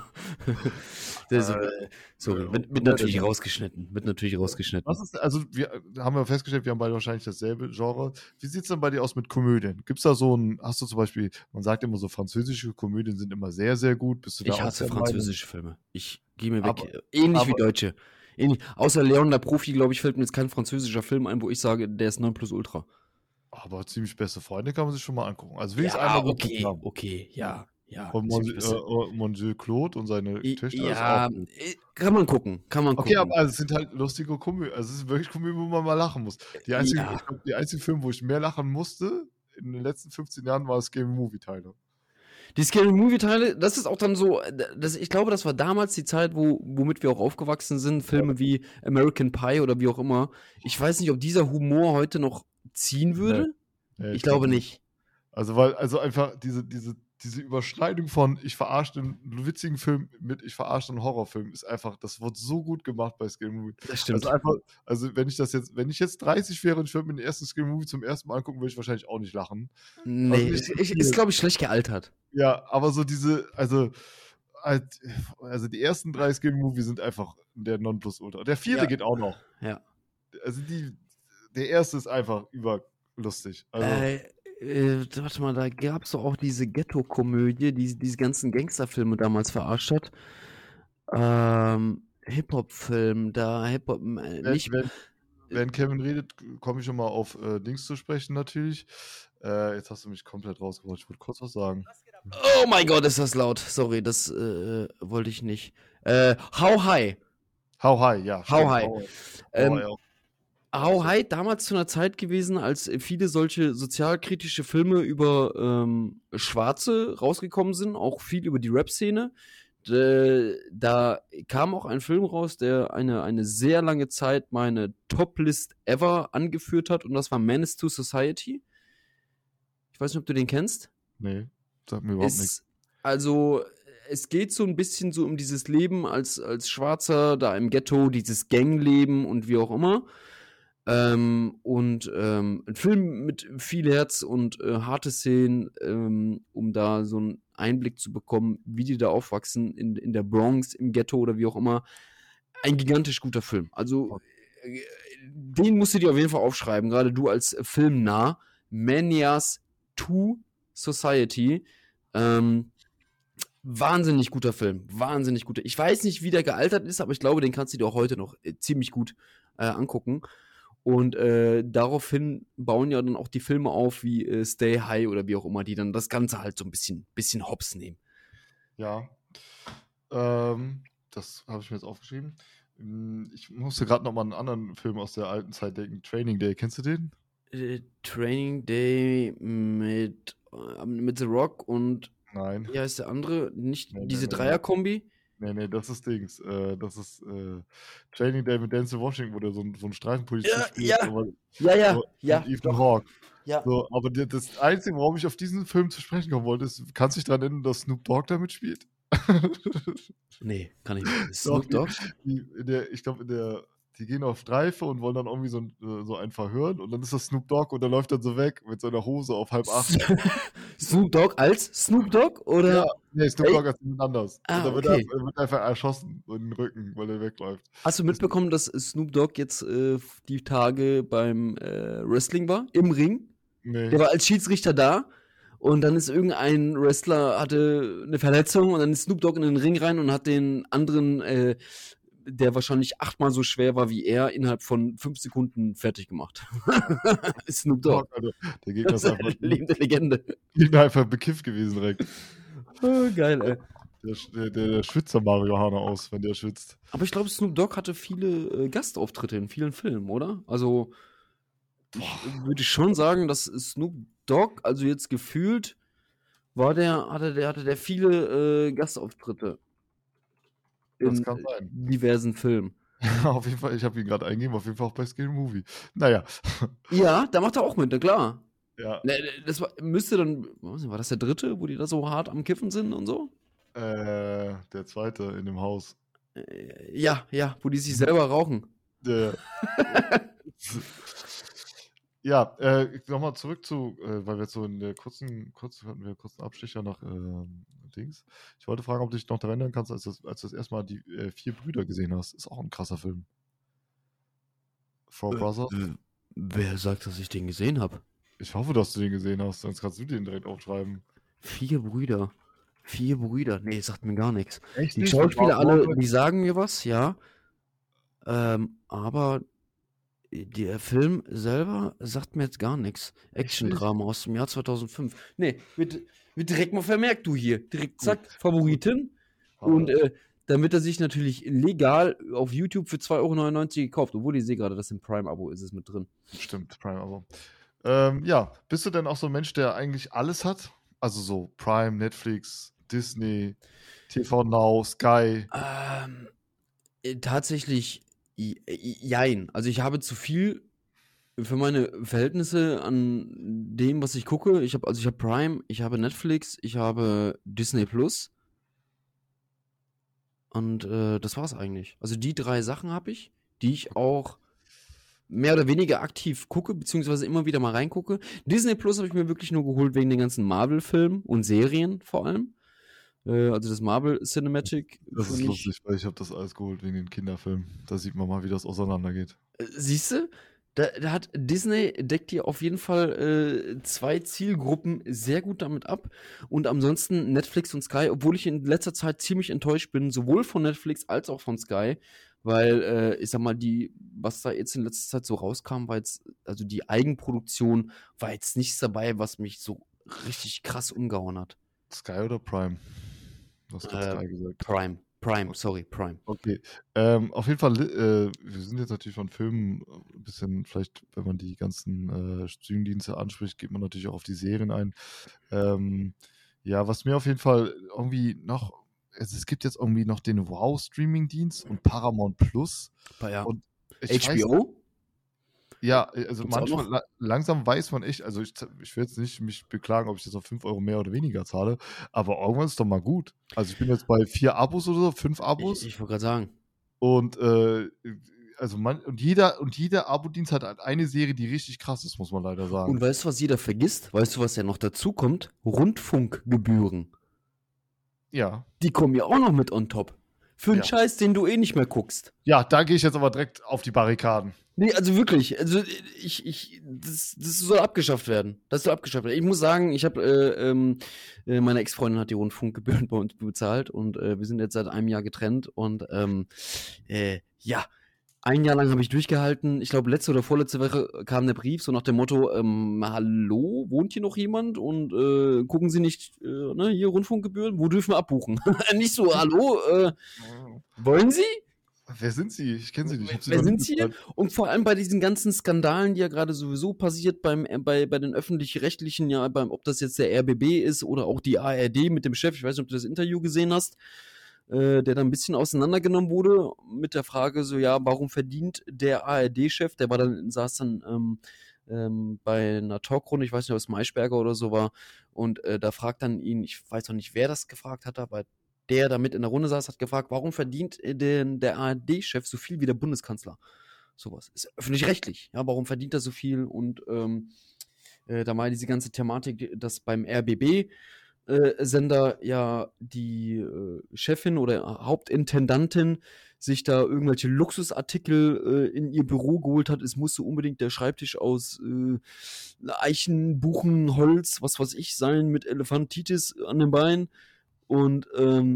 B: Wird natürlich rausgeschnitten.
A: Wir haben ja festgestellt, wir haben beide wahrscheinlich dasselbe Genre. Wie sieht es denn bei dir aus mit Komödien? Gibt's da hast du zum Beispiel, man sagt immer so, französische Komödien sind immer sehr, sehr gut. Bist du da
B: Ich hasse französische Filme. Ich gehe mir weg.
A: Aber-
B: Ähnlich wie Deutsche. Außer Leon der Profi, glaube ich, fällt mir jetzt kein französischer Film ein, wo ich sage, der ist 9+Ultra.
A: Aber ziemlich beste Freunde kann man sich schon mal angucken. Also wenigstens einmal
B: okay, ja.
A: Und Monsieur Claude und seine Töchter.
B: Ja, kann man gucken.
A: Okay, aber es sind halt lustige Komödien. Also es ist wirklich Komödien, wo man mal lachen muss. Die einzigen Filme, wo ich mehr lachen musste in den letzten 15 Jahren, war Scary Movie-Teile.
B: Die Scary Movie-Teile, das ist auch dann so, ich glaube, das war damals die Zeit, womit wir auch aufgewachsen sind. Filme wie American Pie oder wie auch immer. Ich weiß nicht, ob dieser Humor heute noch ziehen würde. Nee, ich glaube nicht.
A: Also einfach diese Überschneidung von ich verarsche einen witzigen Film mit ich verarsche einen Horrorfilm ist einfach, das wird so gut gemacht bei Scary Movie.
B: Das stimmt.
A: Wenn ich jetzt 30 wäre und ich würde mir den ersten Scary Movie zum ersten Mal angucken, würde ich wahrscheinlich auch nicht lachen.
B: Nee, ist glaube ich schlecht gealtert.
A: Ja, aber so also die ersten 3 Scary Movie sind einfach der Nonplusultra. Der 4. geht auch noch.
B: Ja.
A: Also der erste ist einfach überlustig. Also,
B: warte mal, da gab es doch auch diese Ghetto-Komödie, die diese ganzen Gangsterfilme damals verarscht hat. Hip-Hop-Film,
A: Wenn Kevin redet, komme ich schon mal auf Dings zu sprechen, natürlich. Jetzt hast du mich komplett rausgeholt. Ich wollte kurz was sagen.
B: Oh mein Gott, ist das laut. Sorry, das wollte ich nicht. How High.
A: How High, ja.
B: How
A: stimmt.
B: High.
A: How
B: Ähm,
A: High auch.
B: How High damals zu einer Zeit gewesen, als viele solche sozialkritische Filme über Schwarze rausgekommen sind, auch viel über die Rap-Szene. Da kam auch ein Film raus, der eine sehr lange Zeit meine Top-List ever angeführt hat, und das war Menace to Society. Ich weiß nicht, ob du den kennst.
A: Nee, sagt mir überhaupt nichts.
B: Also, es geht so ein bisschen so um dieses Leben als Schwarzer da im Ghetto, dieses Gangleben und wie auch immer. Ein Film mit viel Herz und harte Szenen, um da so einen Einblick zu bekommen, wie die da aufwachsen in der Bronx, im Ghetto oder wie auch immer. Ein gigantisch guter Film. Also, den musst du dir auf jeden Fall aufschreiben, gerade du als Filmnah. Menace to Society. Wahnsinnig guter Film. Wahnsinnig guter. Ich weiß nicht, wie der gealtert ist, aber ich glaube, den kannst du dir auch heute noch ziemlich gut angucken. Und daraufhin bauen ja dann auch die Filme auf wie Stay High oder wie auch immer, die dann das Ganze halt so ein bisschen hops nehmen.
A: Ja. Das habe ich mir jetzt aufgeschrieben. Ich musste gerade noch mal an einen anderen Film aus der alten Zeit denken. Training Day, kennst du den?
B: Training Day mit The Rock und
A: Nein.
B: wie heißt der andere? Nicht
A: Nee,
B: diese
A: nee, nee.
B: Dreier-Kombi?
A: Nee, das ist Dings. Das ist Training Day mit Denzel Washington, wo der so ein Streifenpolizist spielt.
B: Ja.
A: Aber,
B: Ja,
A: und Ethan
B: doch.
A: Hawke.
B: Ja.
A: So, aber das Einzige, warum ich auf diesen Film zu sprechen kommen wollte, ist, kannst du dich daran erinnern, dass Snoop Dogg da mitspielt?
B: Nee, kann ich nicht. Snoop Dogg?
A: Ich glaube, die gehen auf Streife und wollen dann irgendwie so einen verhören und dann ist das Snoop Dogg und der läuft dann so weg mit seiner Hose auf 7:30.
B: Snoop Dogg als Snoop Dogg? Oder?
A: Ja, nee, Snoop Dogg als jemand anders.
B: Ah,
A: und dann wird
B: okay.
A: er einfach erschossen so in den Rücken, weil er wegläuft.
B: Hast du mitbekommen, dass Snoop Dogg jetzt die Tage beim Wrestling war? Im Ring?
A: Nee.
B: Der war als Schiedsrichter da und dann ist irgendein Wrestler, hatte eine Verletzung und dann ist Snoop Dogg in den Ring rein und hat den anderen, der wahrscheinlich 8-mal so schwer war wie er, innerhalb von 5 Sekunden fertig gemacht. Snoop Dogg.
A: Alter, der Gegner
B: Das
A: ist
B: ist eine lebende Legende.
A: einfach bekifft gewesen direkt.
B: Oh, geil, ey.
A: Der schwitzt am Mario Hane aus, wenn der schwitzt.
B: Aber ich glaube, Snoop Dogg hatte viele Gastauftritte in vielen Filmen, oder? Also, ich würde schon sagen, dass Snoop Dogg, also jetzt gefühlt, hatte der viele Gastauftritte
A: Das
B: in
A: kann sein.
B: diversen Filmen.
A: Auf jeden Fall, ich habe ihn gerade eingegeben, auf jeden Fall auch bei Scale Movie. Naja.
B: Ja, da macht er auch mit, na klar.
A: Ja.
B: Das müsste dann, war das der dritte, wo die da so hart am Kiffen sind und so?
A: Der zweite in dem Haus.
B: Ja, wo die sich selber rauchen.
A: Ja, nochmal zurück zu, weil wir jetzt so in der kurzen Abstecher nach Dings. Ich wollte fragen, ob du dich noch daran erinnern kannst, als du das erste Mal die 4 Brüder gesehen hast. Ist auch ein krasser Film. Four Brothers.
B: Wer sagt, dass ich den gesehen habe?
A: Ich hoffe, dass du den gesehen hast, sonst kannst du den direkt aufschreiben.
B: 4 Brüder. Nee, sagt mir gar nichts.
A: Echt
B: Die
A: nicht?
B: Schauspieler alle, die sagen mir was, ja. Aber der Film selber sagt mir jetzt gar nichts. Action-Drama aus dem Jahr 2005. Nee, wird direkt mal vermerkt, du hier. Direkt, zack, Favoriten. Und dann wird er sich natürlich legal auf YouTube für 2,99 € gekauft. Obwohl, ich sehe gerade, das im Prime-Abo ist es mit drin.
A: Stimmt, Prime-Abo. Ja, bist du denn auch so ein Mensch, der eigentlich alles hat? Also so Prime, Netflix, Disney, TV Now, Sky?
B: Tatsächlich, jein. Also ich habe zu viel für meine Verhältnisse an dem, was ich gucke. Ich habe Prime, ich habe Netflix, ich habe Disney Plus. Und das war's eigentlich. Also die 3 Sachen habe ich, die ich auch mehr oder weniger aktiv gucke, beziehungsweise immer wieder mal reingucke. Disney Plus habe ich mir wirklich nur geholt wegen den ganzen Marvel-Filmen und Serien vor allem. Also das Marvel Cinematic.
A: Das ist lustig, weil ich habe das alles geholt wegen den Kinderfilmen. Da sieht man mal, wie das auseinandergeht.
B: Siehst du? Da hat Disney, deckt hier auf jeden Fall 2 Zielgruppen sehr gut damit ab. Und ansonsten Netflix und Sky, obwohl ich in letzter Zeit ziemlich enttäuscht bin, sowohl von Netflix als auch von Sky, weil ich sag mal, was da jetzt in letzter Zeit so rauskam, war jetzt, also die Eigenproduktion war jetzt nichts dabei, was mich so richtig krass umgehauen hat.
A: Sky oder Prime? Du hast gerade Sky gesagt.
B: Prime, sorry, Prime.
A: Okay. Auf jeden Fall, wir sind jetzt natürlich von Filmen ein bisschen, vielleicht, wenn man die ganzen Streamingdienste anspricht, geht man natürlich auch auf die Serien ein. Ja, was mir auf jeden Fall irgendwie noch, also es gibt jetzt irgendwie noch den Wow-Streaming-Dienst und Paramount Plus.
B: Ja.
A: Und ich weiß,
B: HBO?
A: ja, also
B: Gibt's auch
A: manchmal, langsam weiß man echt, also ich will jetzt nicht mich beklagen, ob ich jetzt noch 5 Euro mehr oder weniger zahle, aber irgendwann ist doch mal gut. Also ich bin jetzt bei 4 Abos oder so, 5 Abos.
B: Ich wollte gerade sagen.
A: Und also jeder Abo-Dienst hat halt eine Serie, die richtig krass ist, muss man leider sagen.
B: Und weißt du, was jeder vergisst? Weißt du, was ja noch dazu kommt? Rundfunkgebühren.
A: Ja.
B: Die kommen ja auch noch mit on top. Für einen
A: Ja.
B: Scheiß, den du eh nicht mehr guckst.
A: Ja, da gehe ich jetzt aber direkt auf die Barrikaden.
B: Nee, also wirklich, also das soll abgeschafft werden. Das soll abgeschafft werden. Ich muss sagen, ich habe, meine Ex-Freundin hat die Rundfunkgebühren bei uns bezahlt und wir sind jetzt seit einem Jahr getrennt und ja, ein Jahr lang habe ich durchgehalten. Ich glaube, letzte oder vorletzte Woche kam der Brief so nach dem Motto, hallo, wohnt hier noch jemand? Und gucken Sie nicht, ne, hier Rundfunkgebühren, wo dürfen wir abbuchen? Nicht so, hallo, wollen Sie?
A: Wer sind Sie? Ich kenne Sie nicht. Ich hab sie
B: Wer
A: noch
B: sind
A: nie
B: Sie?
A: bezahlt.
B: Und vor allem bei diesen ganzen Skandalen, die ja gerade sowieso passiert bei den Öffentlich-Rechtlichen, ja, ob das jetzt der RBB ist oder auch die ARD mit dem Chef, ich weiß nicht, ob du das Interview gesehen hast, der da ein bisschen auseinandergenommen wurde mit der Frage so, ja, warum verdient der ARD-Chef, saß dann bei einer Talkrunde, ich weiß nicht, ob es Maischberger oder so war, und da fragt dann ihn, ich weiß noch nicht, wer das gefragt hat, aber der da mit in der Runde saß, hat gefragt, warum verdient der ARD-Chef so viel wie der Bundeskanzler? Sowas. Ist öffentlich-rechtlich. Ja, warum verdient er so viel? Und da mal diese ganze Thematik, dass beim RBB-Sender ja die Chefin oder Hauptintendantin sich da irgendwelche Luxusartikel in ihr Büro geholt hat. Es musste unbedingt der Schreibtisch aus Eichen, Buchen, Holz, was weiß ich, sein, mit Elefantitis an den Beinen. Und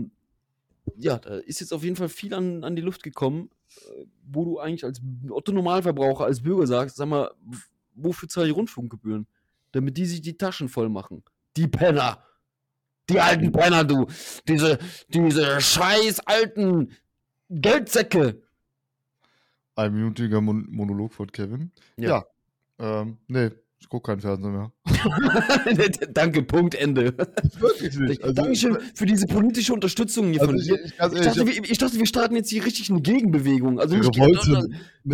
B: ja, da ist jetzt auf jeden Fall viel an die Luft gekommen, wo du eigentlich als Otto-Normalverbraucher, als Bürger sagst, sag mal, wofür zahle ich Rundfunkgebühren? Damit die sich die Taschen voll machen. Die Penner! Die alten Penner, du! Diese scheiß alten Geldsäcke!
A: Einminütiger Monolog von Kevin.
B: Ja.
A: Nee, ich gucke keinen Fernseher mehr.
B: Danke, Punkt, Ende.
A: Wirklich nicht. Also,
B: Dankeschön für diese politische Unterstützung hier von dir. Ich dachte, wir starten jetzt hier richtig eine Gegenbewegung. Also nicht
A: Revolte.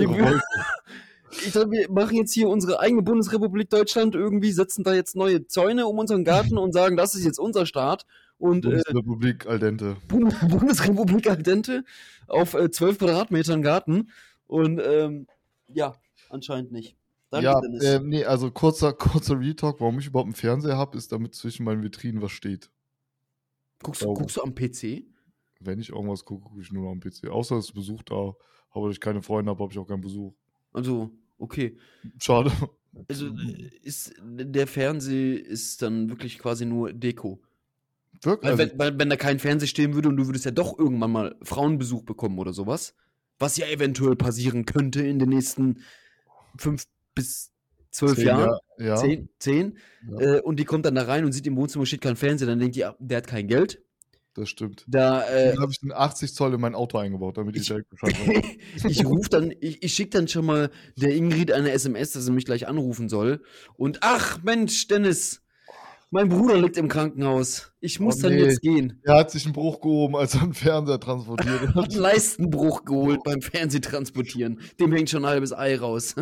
B: Ich dachte, wir machen jetzt hier unsere eigene Bundesrepublik Deutschland irgendwie, setzen da jetzt neue Zäune um unseren Garten und sagen, das ist jetzt unser Staat. Und
A: Bundesrepublik al dente.
B: Bundesrepublik al dente auf 12 Quadratmetern Garten. Und ja, anscheinend nicht. Danke,
A: Ja,
B: Dennis.
A: nee, also kurzer Retalk, warum ich überhaupt einen Fernseher habe, ist, damit zwischen meinen Vitrinen was steht.
B: Guckst du am PC?
A: Wenn ich irgendwas gucke, gucke ich nur noch am PC. Außer es ist Besuch da, aber ich keine Freunde habe, habe ich auch keinen Besuch.
B: Also, okay.
A: Schade.
B: Also ist der Fernseher ist dann wirklich quasi nur Deko.
A: Wirklich?
B: Weil wenn da kein Fernseher stehen würde und du würdest ja doch irgendwann mal Frauenbesuch bekommen oder sowas, was ja eventuell passieren könnte in den nächsten 5 bis 12 Jahren.
A: Ja.
B: 10.
A: Ja.
B: Und die kommt dann da rein und sieht, im Wohnzimmer steht kein Fernseher, dann denkt die, der hat kein Geld.
A: Das stimmt.
B: Da
A: Dann habe ich den 80 Zoll in mein Auto eingebaut, damit ich direkt Bescheid weiß.
B: ich schicke dann schon mal der Ingrid eine SMS, dass sie mich gleich anrufen soll. Und ach Mensch, Dennis, mein Bruder liegt im Krankenhaus. Ich muss dann jetzt gehen.
A: Er hat sich einen Bruch gehoben, als er einen Fernseher transportiert
B: Hat einen Leistenbruch geholt beim Fernsehtransportieren. Dem hängt schon ein halbes Ei raus.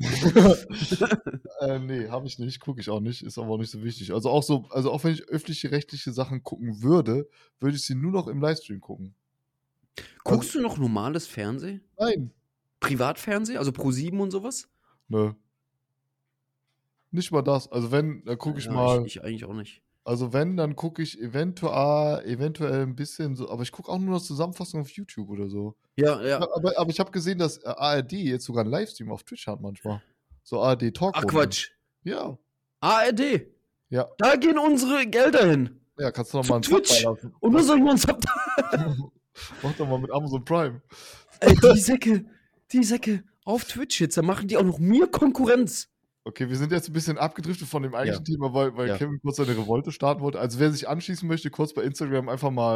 A: Nee, habe ich nicht, gucke ich auch nicht, ist aber auch nicht so wichtig. Also auch wenn ich öffentlich-rechtliche Sachen gucken würde, würde ich sie nur noch im Livestream gucken.
B: Guckst du noch normales Fernsehen?
A: Nein.
B: Privatfernsehen? Also Pro7 und sowas?
A: Nö. Nicht mal das. Also wenn, dann gucke ich mal.
B: Ich eigentlich auch nicht.
A: Also wenn, dann gucke ich eventuell ein bisschen so, aber ich gucke auch nur noch Zusammenfassung auf YouTube oder so.
B: Ja.
A: Aber ich habe gesehen, dass ARD jetzt sogar einen Livestream auf Twitch hat manchmal. So ARD Talk.
B: Ach Quatsch.
A: Ja.
B: ARD.
A: Ja.
B: Da gehen unsere Gelder hin.
A: Ja, kannst du noch mal einen
B: Twitch. Und was soll ich uns
A: Mach doch mal mit Amazon Prime.
B: Ey, die Säcke auf Twitch jetzt, da machen die auch noch mir Konkurrenz.
A: Okay, wir sind jetzt ein bisschen abgedriftet von dem eigentlichen Thema, weil Kevin kurz seine Revolte starten wollte. Also wer sich anschließen möchte, kurz bei Instagram einfach mal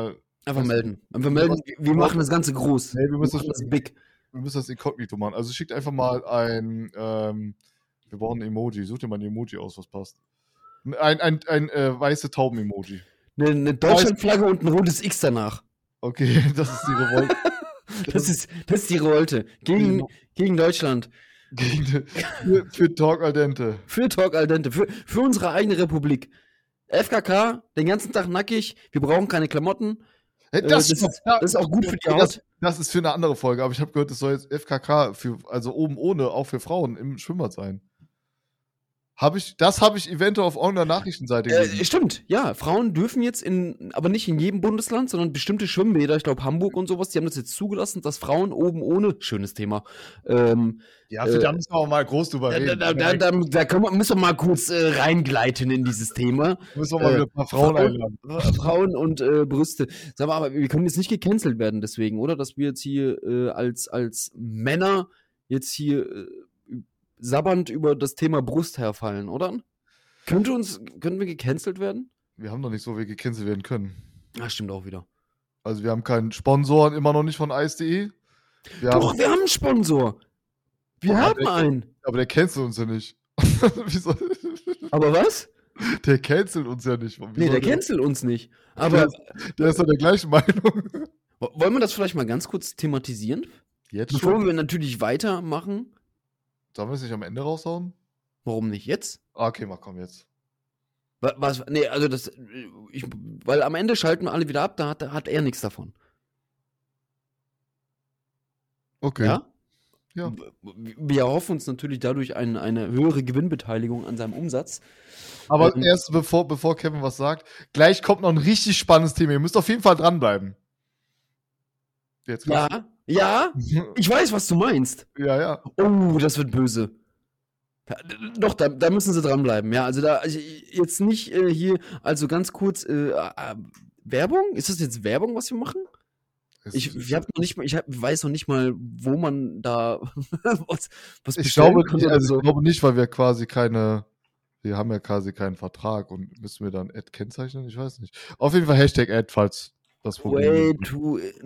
B: Einfach
A: Weißt du,
B: melden. Einfach melden. Wir machen das Ganze groß.
A: Nee, wir müssen
B: machen das big.
A: wir müssen das inkognito machen. Also schickt einfach mal wir brauchen ein Emoji. Such dir mal ein Emoji aus, was passt. Ein weiße Tauben-Emoji.
B: Eine Deutschlandflagge und ein rotes X danach.
A: Okay, das ist die Revolte.
B: Das ist die Revolte. Gegen Deutschland.
A: Für Talk al dente.
B: Für Talk al dente. Für unsere eigene Republik. FKK, den ganzen Tag nackig. Wir brauchen keine Klamotten.
A: Hey,
B: Das ist auch gut für die Haut.
A: Das ist für eine andere Folge, aber ich habe gehört, es soll jetzt FKK also oben ohne, auch für Frauen im Schwimmbad sein. Das habe ich eventuell auf irgendeiner Nachrichtenseite gesehen.
B: Stimmt, ja. Frauen dürfen jetzt aber nicht in jedem Bundesland, sondern bestimmte Schwimmbäder, ich glaube Hamburg und sowas, die haben das jetzt zugelassen, dass Frauen oben ohne, schönes Thema.
A: Ja, für da müssen wir auch mal groß drüber reden.
B: Da müssen wir mal kurz reingleiten in dieses Thema.
A: Müssen wir mal wieder ein paar Frauen einladen.
B: Frauen und Brüste. Sag mal, aber wir können jetzt nicht gecancelt werden deswegen, oder? Dass wir jetzt hier als Männer jetzt hier sabbernd über das Thema Brust herfallen, oder? Können wir gecancelt werden?
A: Wir haben doch nicht so, wie wir gecancelt werden können.
B: Ah, stimmt auch wieder.
A: Also wir haben keinen Sponsor, immer noch nicht von ice.de.
B: Wir haben einen Sponsor. Wir haben einen.
A: Aber der cancelt uns ja nicht. Wieso?
B: Aber was?
A: Der cancelt uns ja nicht.
B: Nee, der cancelt uns nicht. Aber
A: der ist doch der gleichen Meinung.
B: Wollen wir das vielleicht mal ganz kurz thematisieren?
A: Jetzt
B: Bevor
A: schon?
B: wir natürlich weitermachen.
A: Sollen wir es nicht am Ende raushauen?
B: Warum nicht jetzt?
A: Okay, komm jetzt.
B: Was? Nee, also weil am Ende schalten wir alle wieder ab, da hat er nichts davon.
A: Okay.
B: Ja?
A: Ja.
B: Wir erhoffen uns natürlich dadurch eine höhere Gewinnbeteiligung an seinem Umsatz.
A: Aber erst bevor Kevin was sagt, gleich kommt noch ein richtig spannendes Thema. Ihr müsst auf jeden Fall dranbleiben. Jetzt
B: Ja, ich weiß, was du meinst.
A: Ja.
B: Oh, das wird böse. Ja, doch, da müssen sie dranbleiben. Ja, also jetzt nicht hier, also ganz kurz, Werbung? Ist das jetzt Werbung, was wir machen? Ich weiß noch nicht mal, wo man da was
A: ich glaube nicht, weil wir haben ja quasi keinen Vertrag und müssen wir dann Ad kennzeichnen? Ich weiß nicht. Auf jeden Fall Hashtag Ad, falls das Problem ist.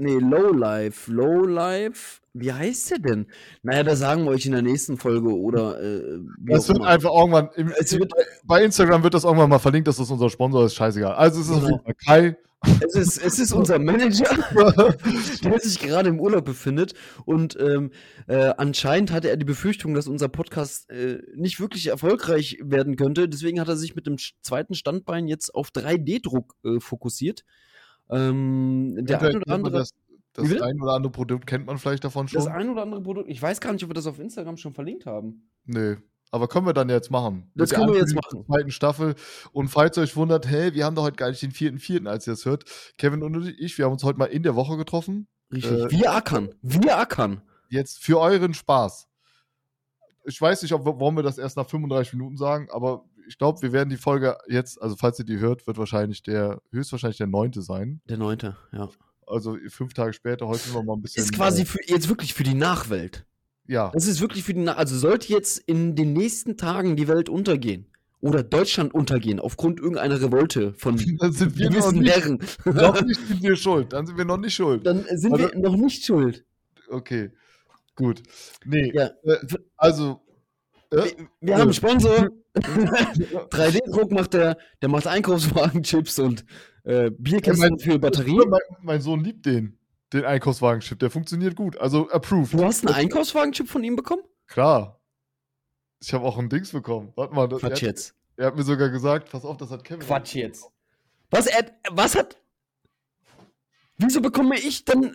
B: Lowlife. Wie heißt der denn? Naja, das sagen wir euch in der nächsten Folge oder
A: das wird einfach irgendwann, bei Instagram wird das irgendwann mal verlinkt, dass das unser Sponsor ist, scheißegal. Also es ist auf jeden Fall Kai.
B: Es ist unser Manager, der sich gerade im Urlaub befindet und anscheinend hatte er die Befürchtung, dass unser Podcast nicht wirklich erfolgreich werden könnte. Deswegen hat er sich mit dem zweiten Standbein jetzt auf 3D-Druck fokussiert. Der ein oder andere,
A: das ein oder andere Produkt kennt man vielleicht davon schon.
B: Das ein oder andere Produkt, ich weiß gar nicht, ob wir das auf Instagram schon verlinkt haben.
A: Nee. Aber können wir dann jetzt machen.
B: Das können wir jetzt machen.
A: Zweiten Staffel. Und falls ihr euch wundert, hey, wir haben doch heute gar nicht den 4.4., als ihr das hört. Kevin und ich, wir haben uns heute mal in der Woche getroffen.
B: Richtig. Wir ackern.
A: Jetzt für euren Spaß. Ich weiß nicht, warum wir das erst nach 35 Minuten sagen, aber ich glaube, wir werden die Folge jetzt, also falls ihr die hört, wird höchstwahrscheinlich der 9. sein.
B: Der 9., ja.
A: Also 5 Tage später, heute sind wir mal ein bisschen.
B: Ist quasi jetzt wirklich für die Nachwelt.
A: Ja.
B: Das ist wirklich also sollte jetzt in den nächsten Tagen die Welt untergehen oder Deutschland untergehen aufgrund irgendeiner Revolte von gewissen Herren.
A: Noch nicht sind wir schuld. Dann sind wir noch nicht schuld.
B: Dann sind wir noch nicht schuld.
A: Okay, gut. Nee,
B: ja.
A: Also
B: wir haben einen Sponsor. 3D-Druck macht der macht Einkaufswagenchips und Bierkästen für Batterien.
A: Mein Sohn liebt den Einkaufswagenchip, der funktioniert gut. Also approved.
B: Du hast einen Einkaufswagenchip von ihm bekommen?
A: Klar. Ich habe auch ein Dings bekommen. Warte mal.
B: Quatsch jetzt.
A: Er hat mir sogar gesagt, pass auf, das hat Kevin.
B: Quatsch jetzt. Was hat. Wieso bekomme ich dann.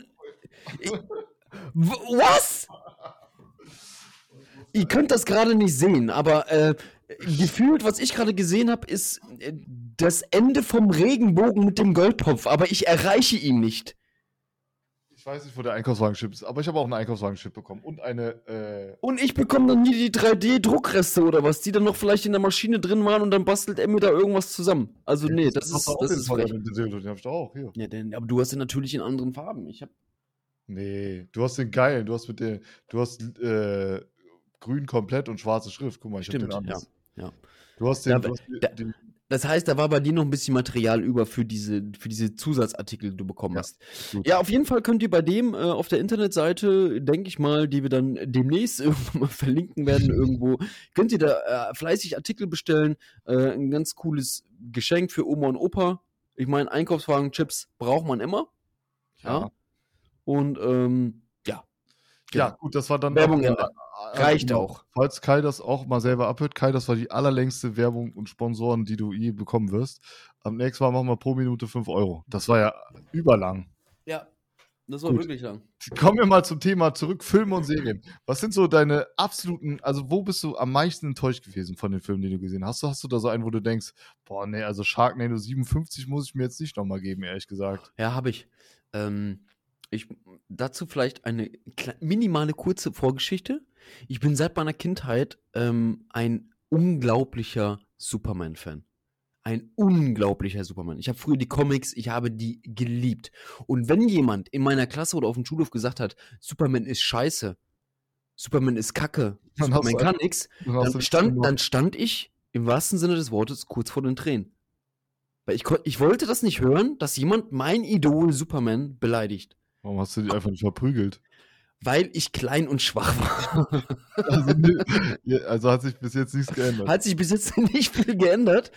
B: Was? Ihr könnt das gerade nicht sehen, aber gefühlt, was ich gerade gesehen habe, ist das Ende vom Regenbogen mit dem Goldtopf, aber ich erreiche ihn nicht.
A: Ich weiß nicht, wo der Einkaufswagenchip ist, aber ich habe auch einen Einkaufswagenchip bekommen und eine.
B: Und ich bekomme dann nie die 3D-Druckreste oder was, die dann noch vielleicht in der Maschine drin waren und dann bastelt er mir da irgendwas zusammen. Also nee, das ist frech.
A: Den hab ich doch auch hier.
B: Ja, aber du hast den natürlich in anderen Farben.
A: Nee, du hast den geilen, du hast grün komplett und schwarze Schrift. Guck mal, ich hab den anders.
B: Ja.
A: Du hast den.
B: Das heißt, da war bei dir noch ein bisschen Material über für diese Zusatzartikel, die du bekommen
A: Ja,
B: hast.
A: gut.
B: Ja, auf jeden Fall könnt ihr bei dem auf der Internetseite, denke ich mal, die wir dann demnächst irgendwann mal verlinken werden irgendwo, könnt ihr da fleißig Artikel bestellen. Ein ganz cooles Geschenk für Oma und Opa. Ich meine, Einkaufswagen, Chips braucht man immer. Ja. Und ja.
A: Ja,
B: Genau.
A: gut, das war dann
B: Werbung
A: auch,
B: Ende. Reicht
A: genau.
B: auch.
A: Falls Kai das auch mal selber abhört, Kai, das war die allerlängste Werbung und Sponsoren, die du je bekommen wirst. Am nächsten Mal machen wir pro Minute 5 Euro. Das war ja überlang.
B: Ja, das war
A: Gut.
B: wirklich lang.
A: Kommen wir mal zum Thema zurück, Filme und Serien. Was sind so deine absoluten, also wo bist du am meisten enttäuscht gewesen von den Filmen, die du gesehen hast? Hast du da so einen, wo du denkst, boah, nee, also Sharknado 57 muss ich mir jetzt nicht nochmal geben, ehrlich gesagt.
B: Ja, habe ich. Dazu vielleicht eine minimale kurze Vorgeschichte. Ich bin seit meiner Kindheit ein unglaublicher Superman-Fan. Ein unglaublicher Superman. Ich habe früher die Comics, ich habe die geliebt. Und wenn jemand in meiner Klasse oder auf dem Schulhof gesagt hat, Superman ist scheiße, Superman ist kacke,
A: Dann hast
B: Superman
A: du
B: kann nix, dann stand ich im wahrsten Sinne des Wortes kurz vor den Tränen. Weil ich wollte das nicht hören, dass jemand mein Idol Superman beleidigt.
A: Warum hast du die einfach nicht verprügelt?
B: Weil ich klein und schwach war.
A: Also hat sich bis jetzt nichts geändert.
B: Hat sich bis jetzt nicht viel geändert.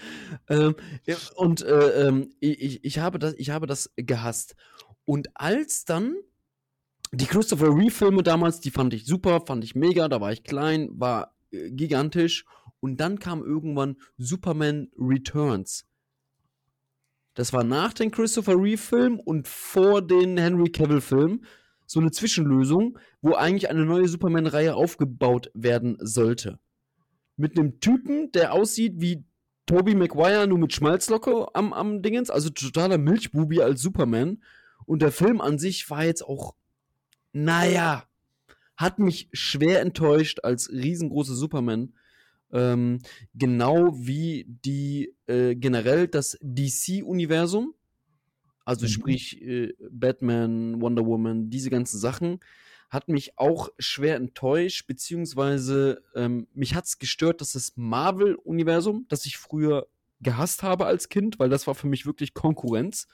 B: Ich habe das gehasst. Und als dann die Christopher Reeve-Filme damals, die fand ich super, fand ich mega, da war ich klein, war gigantisch. Und dann kam irgendwann Superman Returns. Das war nach den Christopher Reeve-Filmen und vor den Henry Cavill-Filmen. So eine Zwischenlösung, wo eigentlich eine neue Superman-Reihe aufgebaut werden sollte. Mit einem Typen, der aussieht wie Tobey Maguire, nur mit Schmalzlocke am Dingens, also totaler Milchbubi als Superman. Und der Film an sich war jetzt auch, naja, hat mich schwer enttäuscht als riesengroße Superman. Genau wie die generell das DC-Universum. Also sprich Batman, Wonder Woman, diese ganzen Sachen, hat mich auch schwer enttäuscht, beziehungsweise mich hat es gestört, dass das Marvel-Universum, das ich früher gehasst habe als Kind, weil das war für mich wirklich Konkurrenz,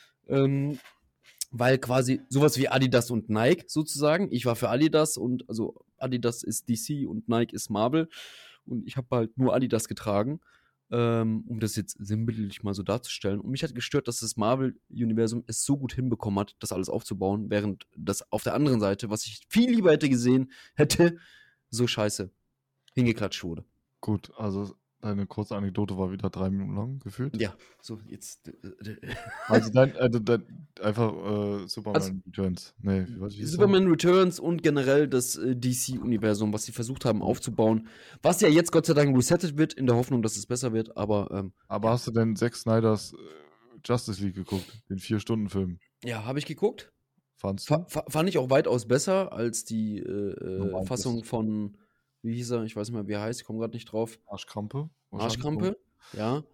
B: weil quasi sowas wie Adidas und Nike sozusagen, ich war für Adidas und also Adidas ist DC und Nike ist Marvel und ich habe halt nur Adidas getragen. Um das jetzt sinnbildlich mal so darzustellen. Und mich hat gestört, dass das Marvel-Universum es so gut hinbekommen hat, das alles aufzubauen, während das auf der anderen Seite, was ich viel lieber hätte, so scheiße hingeklatscht wurde.
A: Gut, also deine kurze Anekdote war wieder 3 Minuten lang gefühlt.
B: Ja, so jetzt.
A: Also dein einfach Superman Returns. Nee, wie weiß ich
B: Superman Returns und generell das DC-Universum, was sie versucht haben aufzubauen, was ja jetzt Gott sei Dank resettet wird, in der Hoffnung, dass es besser wird, aber
A: hast du denn Zack Snyders Justice League geguckt? Den 4-Stunden-Film?
B: Ja, habe ich geguckt.
A: Fandst du?
B: Fand ich auch weitaus besser als die Fassung
A: bist.
B: von, wie hieß er, ich weiß nicht mehr, wie er heißt, ich komme gerade nicht drauf.
A: Arschkrampe?
B: Arschkrampe, ja.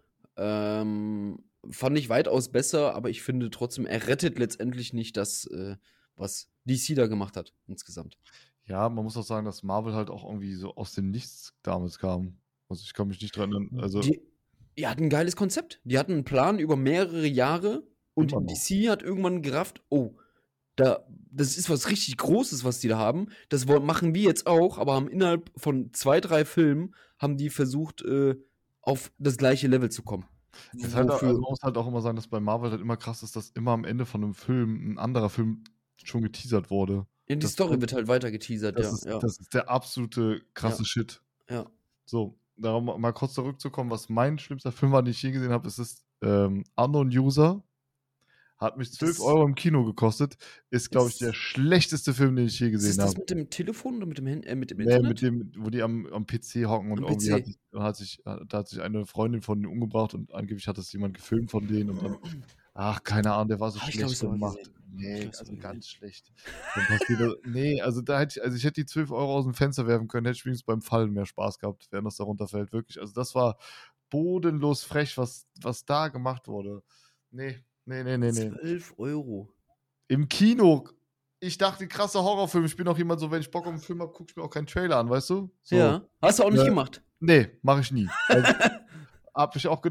B: Fand ich weitaus besser, aber ich finde trotzdem, er rettet letztendlich nicht das, was DC da gemacht hat, insgesamt.
A: Ja, man muss auch sagen, dass Marvel halt auch irgendwie so aus dem Nichts damals kam. Also ich kann mich nicht dran erinnern. Also
B: Die hatten ein geiles Konzept. Die hatten einen Plan über mehrere Jahre und
A: Immer noch.
B: DC hat irgendwann gerafft, oh, das ist was richtig Großes, was die da haben. Das machen wir jetzt auch, aber haben innerhalb von 2, 3 Filmen haben die versucht, auf das gleiche Level zu kommen.
A: Ist halt auch, also man muss halt auch immer sagen, dass bei Marvel halt immer krass ist, dass immer am Ende von einem Film ein anderer Film schon geteasert wurde.
B: Ja, die Story wird halt weiter geteasert,
A: Das ist der absolute krasse Shit.
B: Ja.
A: So, darum mal kurz zurückzukommen, was mein schlimmster Film war, den ich je gesehen habe, ist Unknown User. Hat mich 12 Euro im Kino gekostet. Ist, glaube ich, der schlechteste Film, den ich je gesehen habe.
B: Ist das mit dem Telefon oder mit dem
A: Nee,
B: Internet?
A: mit dem, wo die am PC hocken und
B: Am
A: irgendwie
B: PC.
A: hat sich eine Freundin von denen umgebracht und angeblich hat das jemand gefilmt von denen und dann, keine Ahnung, der war so
B: Ich glaub,
A: schlecht
B: ich hab
A: gemacht.
B: gesehen.
A: Nee,
B: Ich glaub,
A: also
B: ich hab
A: ganz schlecht. Dann passiert nee, also ich hätte die 12 Euro aus dem Fenster werfen können, hätte ich wenigstens beim Fallen mehr Spaß gehabt, während das da runterfällt. Wirklich, also das war bodenlos frech, was da gemacht wurde. Nee.
B: 12 Euro.
A: Im Kino. Ich dachte, krasser Horrorfilm. Ich bin auch jemand so, wenn ich Bock auf einen Film habe, gucke ich mir auch keinen Trailer an, weißt du? So.
B: Ja. Hast du auch nicht gemacht?
A: Nee, mache ich nie. Also, hab ich auch gedacht,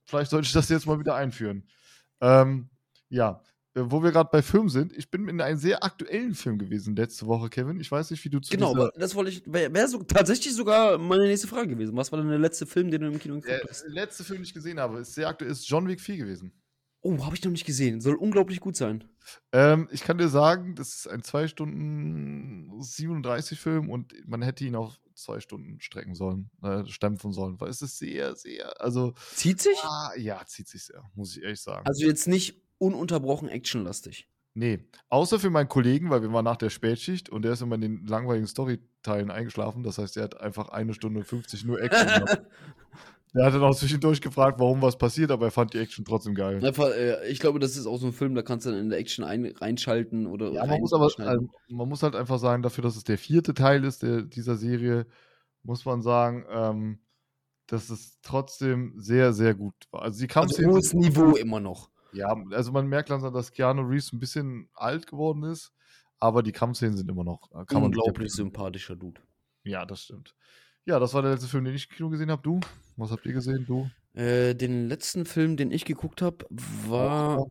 A: Vielleicht sollte ich das jetzt mal wieder einführen. Ja, wo wir gerade bei Filmen sind, ich bin in einem sehr aktuellen Film gewesen letzte Woche, Kevin. Ich weiß nicht, wie du zu
B: Genau, das wollte ich, wäre so, tatsächlich sogar meine nächste Frage gewesen. Was war denn der letzte Film, den du im Kino geguckt hast?
A: Der letzte Film, den ich gesehen habe, ist sehr aktuell, ist John Wick 4 gewesen.
B: Oh, habe ich noch nicht gesehen. Soll unglaublich gut sein.
A: Ich kann dir sagen, das ist ein 2 Stunden 37 Film und man hätte ihn auf 2 Stunden strecken sollen, stampfen sollen, weil es ist sehr, sehr, also,
B: Zieht sich?
A: ja, zieht sich sehr, muss ich ehrlich sagen.
B: Also jetzt nicht ununterbrochen actionlastig.
A: Nee, außer für meinen Kollegen, weil wir waren nach der Spätschicht und der ist immer in den langweiligen Storyteilen eingeschlafen. Das heißt, er hat einfach 1 Stunde 50 nur Action gehabt. Der hat dann auch zwischendurch gefragt, warum was passiert, aber er fand die Action trotzdem geil.
B: Einfach, ich glaube, das ist auch so ein Film, da kannst du dann in der Action reinschalten oder
A: Ja, man muss halt einfach sagen, dafür, dass es der 4. Teil ist dieser Serie, muss man sagen, dass es trotzdem sehr, sehr gut war. Also die Kampfszenen
B: hohes Niveau immer noch.
A: Ja, also man merkt langsam, dass Keanu Reeves ein bisschen alt geworden ist, aber die Kampfszenen sind immer noch, kann man
B: unglaublich sympathischer Dude.
A: Ja, das stimmt. Ja, das war der letzte Film, den ich im Kino gesehen habe. Du? Was habt ihr gesehen? Du?
B: Den letzten Film, den ich geguckt habe, war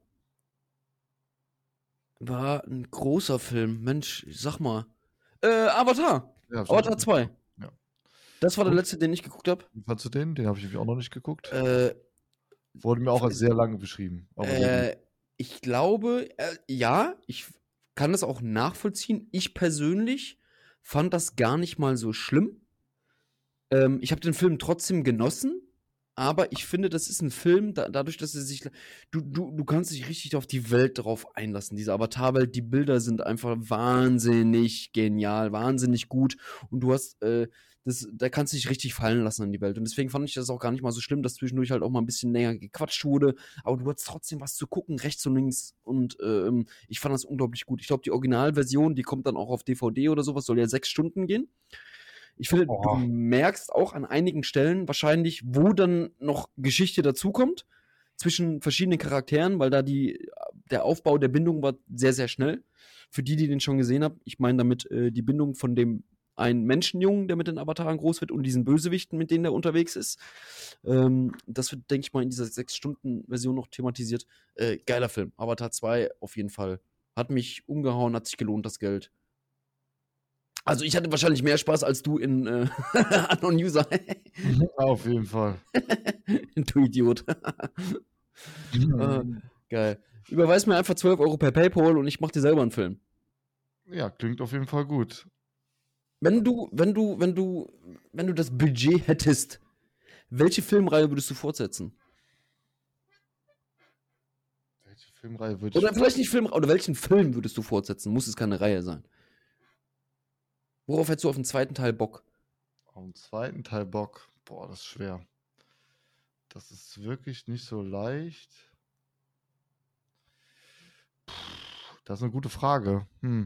B: ein großer Film. Mensch, sag mal. Avatar.
A: Ja,
B: Avatar 2.
A: Ja.
B: Das war der letzte, den ich geguckt habe.
A: Wie fandst du den? Den habe ich irgendwie auch noch nicht geguckt. Wurde mir auch als sehr lange beschrieben. Aber
B: ich glaube, ja, ich kann das auch nachvollziehen. Ich persönlich fand das gar nicht mal so schlimm. Ich habe den Film trotzdem genossen, aber ich finde, das ist ein Film, dadurch, dass er sich. Du kannst dich richtig auf die Welt drauf einlassen. Diese Avatar-Welt, die Bilder sind einfach wahnsinnig genial, wahnsinnig gut. Und du hast, da kannst du dich richtig fallen lassen in die Welt. Und deswegen fand ich das auch gar nicht mal so schlimm, dass zwischendurch halt auch mal ein bisschen näher gequatscht wurde. Aber du hattest trotzdem was zu gucken, rechts und links. Und ich fand das unglaublich gut. Ich glaube, die Originalversion, die kommt dann auch auf DVD oder sowas, soll ja 6 Stunden gehen. Ich finde, du merkst auch an einigen Stellen wahrscheinlich, wo dann noch Geschichte dazukommt zwischen verschiedenen Charakteren, weil da der Aufbau der Bindung war sehr, sehr schnell. Für die den schon gesehen haben, ich meine damit die Bindung von dem einen Menschenjungen, der mit den Avataren groß wird und diesen Bösewichten, mit denen er unterwegs ist. Das wird, denke ich mal, in dieser 6-Stunden-Version noch thematisiert. Geiler Film. Avatar 2 auf jeden Fall. Hat mich umgehauen, hat sich gelohnt, das Geld. Also ich hatte wahrscheinlich mehr Spaß als du in Unknown User.
A: Auf jeden Fall.
B: Du Idiot. Geil. Überweis mir einfach 12 Euro per PayPal und ich mach dir selber einen Film.
A: Ja, klingt auf jeden Fall gut.
B: Wenn du das Budget hättest, welche Filmreihe würdest du fortsetzen?
A: Welche Filmreihe würde ich...
B: Oder vielleicht nicht Filmreihe, oder welchen Film würdest du fortsetzen? Muss es keine Reihe sein. Worauf hättest du auf den zweiten Teil Bock?
A: Auf den zweiten Teil Bock? Boah, das ist schwer. Das ist wirklich nicht so leicht. Das ist eine gute Frage.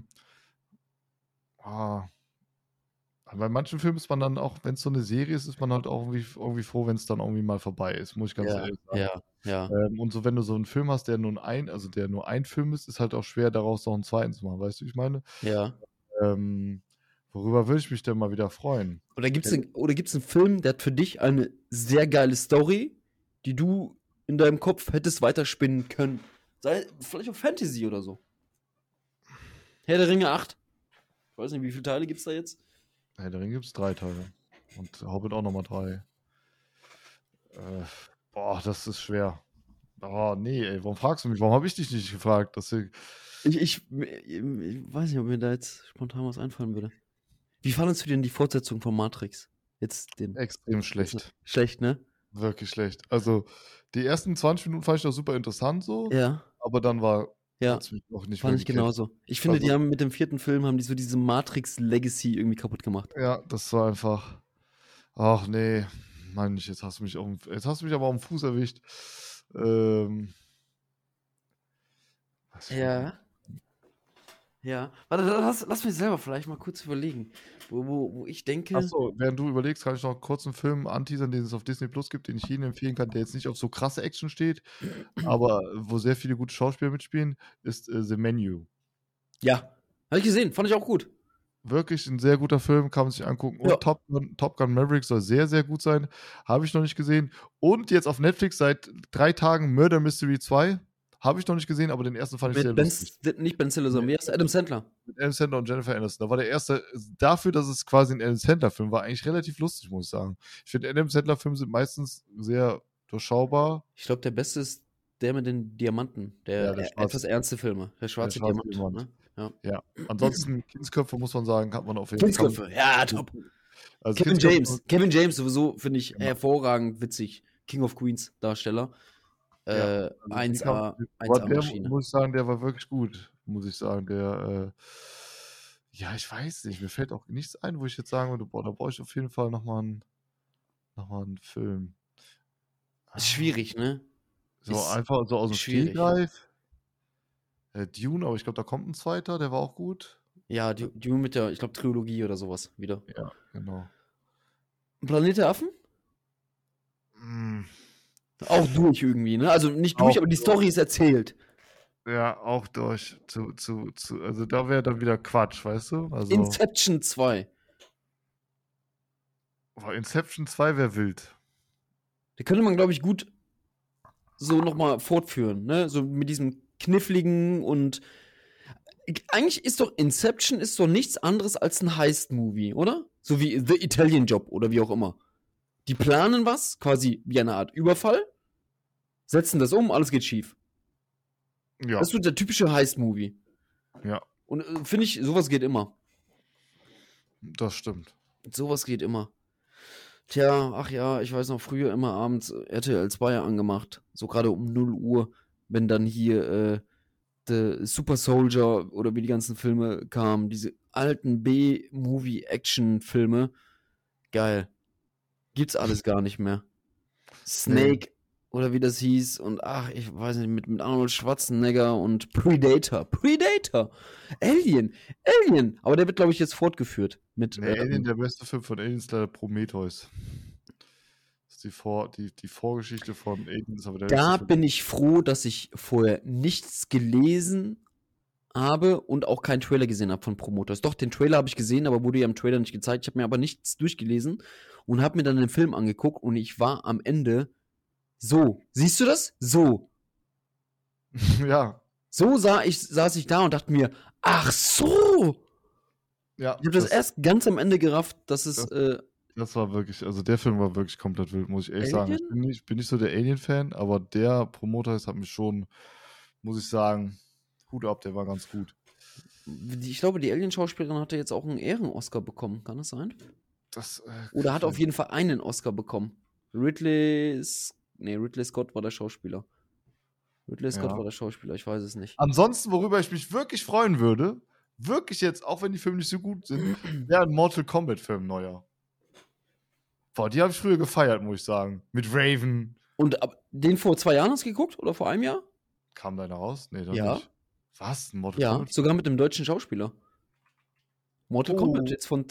A: Bei manchen Filmen ist man dann auch, wenn es so eine Serie ist, ist man halt auch irgendwie froh, wenn es dann irgendwie mal vorbei ist, muss ich ganz ehrlich sagen.
B: Ja.
A: Und so, wenn du so einen Film hast, der nur ein Film ist halt auch schwer, daraus noch einen zweiten zu machen, weißt du, wie ich meine?
B: Ja.
A: Worüber würde ich mich denn mal wieder freuen?
B: Oder gibt's einen Film, der hat für dich eine sehr geile Story, die du in deinem Kopf hättest weiterspinnen können? Sei vielleicht auch Fantasy oder so. Herr der Ringe 8. Ich weiß nicht, wie viele Teile gibt's da jetzt?
A: Herr der Ringe gibt es 3 Teile. Und Hobbit auch nochmal 3. Das ist schwer. Oh, nee, ey, warum fragst du mich? Warum habe ich dich nicht gefragt?
B: Ich weiß nicht, ob mir da jetzt spontan was einfallen würde. Wie fandest du denn die Fortsetzung von Matrix?
A: Extrem schlecht.
B: Schlecht, ne?
A: Wirklich schlecht. Also, die ersten 20 Minuten fand ich noch super interessant so.
B: Ja.
A: Aber dann war
B: es
A: mich noch nicht
B: fand ich genauso. Ich finde, die haben mit dem 4. Film so diese Matrix-Legacy irgendwie kaputt gemacht.
A: Ja, das war einfach. Ach nee, meine ich, jetzt hast du mich aber auf dem Fuß erwischt.
B: Ja. Warte, lass mich selber vielleicht mal kurz überlegen, wo ich denke.
A: Achso, während du überlegst, kann ich noch kurz einen Film anteasern, den es auf Disney Plus gibt, den ich Ihnen empfehlen kann, der jetzt nicht auf so krasse Action steht, aber wo sehr viele gute Schauspieler mitspielen, ist The Menu.
B: Ja, habe ich gesehen, fand ich auch gut.
A: wirklich ein sehr guter Film, kann man sich angucken. Und
B: Ja.
A: Top Gun Maverick soll sehr, sehr gut sein. Habe ich noch nicht gesehen. Und jetzt auf Netflix seit 3 Tagen Murder Mystery 2. Habe ich noch nicht gesehen, aber den ersten fand ich sehr lustig.
B: Nicht Ben Stiller, sondern wie heißt Adam Sandler.
A: Mit Adam Sandler und Jennifer Aniston. Da war der erste, dafür, dass es quasi ein Adam Sandler-Film war, eigentlich relativ lustig, muss ich sagen. Ich finde, Adam Sandler-Filme sind meistens sehr durchschaubar.
B: Ich glaube, der beste ist der mit den Diamanten.
A: Ja, der schwarze-
B: etwas ernste Filme. Der schwarze Diamant. Ne? Ja.
A: Ja, ansonsten Kindsköpfe, muss man sagen, hat man auf jeden Fall.
B: Kindsköpfe, ja, top.
A: Also
B: Kevin James sowieso finde ich hervorragend witzig. King of Queens Darsteller.
A: Ja,
B: 1A
A: der,
B: Maschine.
A: muss ich sagen, der war wirklich gut, muss ich sagen. Der, ja, ich weiß nicht, mir fällt auch nichts ein, wo ich jetzt sagen würde, boah, da brauche ich auf jeden Fall nochmal einen Film.
B: Ist schwierig, ne?
A: So
B: Ist
A: einfach so aus dem
B: schwierig.
A: Stegreif. Dune, aber ich glaube, da kommt ein zweiter, der war auch gut.
B: Ja, Dune mit der, ich glaube, Trilogie oder sowas wieder.
A: Ja, genau.
B: Planet der Affen?
A: Mm,
B: Auch durch irgendwie, ne? Also nicht durch,
A: Auch
B: aber die Story ist erzählt.
A: ja, auch durch. Also da wäre dann wieder Quatsch, weißt du? Also
B: Inception 2.
A: Inception 2 wäre wild.
B: Da könnte man, glaube ich, gut so nochmal fortführen, ne? So mit diesem kniffligen und eigentlich ist doch Inception ist doch nichts anderes als ein Heist-Movie, oder? So wie The Italian Job oder wie auch immer. Die planen was, quasi wie eine Art Überfall, setzen das um, alles geht schief.
A: Ja,
B: Das ist so der typische Heist-Movie.
A: ja,
B: Und finde ich, sowas geht immer.
A: das stimmt.
B: Sowas geht immer. Tja, ach ja, ich weiß noch, früher immer abends RTL 2 angemacht. So gerade um 0 Uhr, wenn dann hier The Super Soldier oder wie die ganzen Filme kamen. Diese alten B-Movie-Action-Filme. Geil. Gibt's alles gar nicht mehr. Snake oder wie das hieß. Und ach, ich weiß nicht, mit Arnold Schwarzenegger und Predator. Alien. Aber der wird, glaube ich, jetzt fortgeführt. Mit,
A: Alien, der beste Film von Alien ist leider Prometheus. Das ist die Vorgeschichte von Alien. Ist aber der
B: Da
A: beste Film.
B: bin ich froh, dass ich vorher nichts gelesen habe und auch keinen Trailer gesehen habe von Prometheus. Doch, den Trailer habe ich gesehen, aber wurde ja im Trailer nicht gezeigt. Ich habe mir aber nichts durchgelesen und habe mir dann den Film angeguckt und ich war am Ende so. Siehst du das? So.
A: Ja.
B: So saß ich da und dachte mir, ach so.
A: Ja.
B: Ich habe das erst ganz am Ende gerafft, dass es
A: Das war wirklich, also der Film war wirklich komplett wild, muss ich ehrlich sagen.
B: Alien?
A: Ich bin nicht so der Alien-Fan, aber der Prometheus hat mich schon, muss ich sagen, Hut ab, der war ganz gut.
B: Ich glaube, die Alien-Schauspielerin hatte jetzt auch einen Ehren-Oscar bekommen. Kann das sein? Oder hat auf jeden Fall einen Oscar bekommen. Ridley Scott war der Schauspieler. War der Schauspieler, ich weiß es nicht.
A: Ansonsten, worüber ich mich wirklich freuen würde, wirklich jetzt, auch wenn die Filme nicht so gut sind, wäre ein Mortal Kombat-Film neuer. Boah, die habe ich früher gefeiert, muss ich sagen. Mit Raven.
B: Und den vor 2 Jahren hast du geguckt? Oder vor einem Jahr?
A: Kam deiner raus? Nee, doch
B: Ja.
A: nicht. Was? Ein Mortal
B: Ja,
A: Kombat?
B: sogar mit dem deutschen Schauspieler. Mortal Kombat jetzt von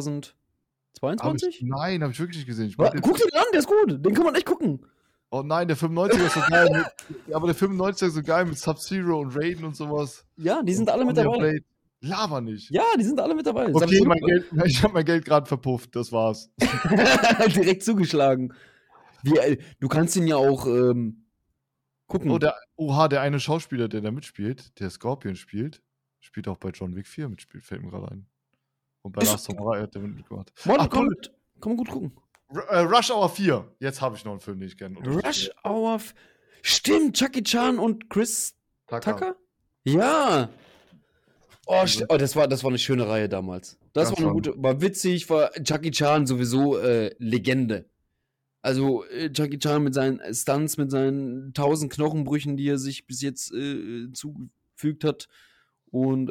B: 2022?
A: Nein, habe ich wirklich nicht gesehen.
B: Guck den an, der ist gut. Den kann man echt gucken.
A: Oh nein, der 95er ist so geil. Aber der 95er ist so geil mit Sub-Zero und Raiden und sowas.
B: Ja, die sind
A: und
B: alle mit dabei.
A: Blade. Laber nicht.
B: Ja, die sind alle mit dabei.
A: Okay, ich habe mein Geld gerade verpufft, das war's.
B: Direkt zugeschlagen. Du kannst ihn ja auch gucken.
A: Der eine Schauspieler, der da mitspielt, der Scorpion spielt auch bei John Wick 4 mitspielt, fällt mir gerade ein. Und bei Last Samurai hat der mitgemacht.
B: Mortal Kombat. Kann man gut gucken.
A: Rush Hour 4. Jetzt habe ich noch einen Film, den ich kenne.
B: Rush Hour. Stimmt, Jackie Chan und Chris Tucker? Ja. Oh, das war eine schöne Reihe damals. Das war eine gute, war witzig, war Jackie Chan sowieso Legende. Also Jackie Chan mit seinen Stunts, mit seinen 1000 Knochenbrüchen, die er sich bis jetzt zugefügt hat. Und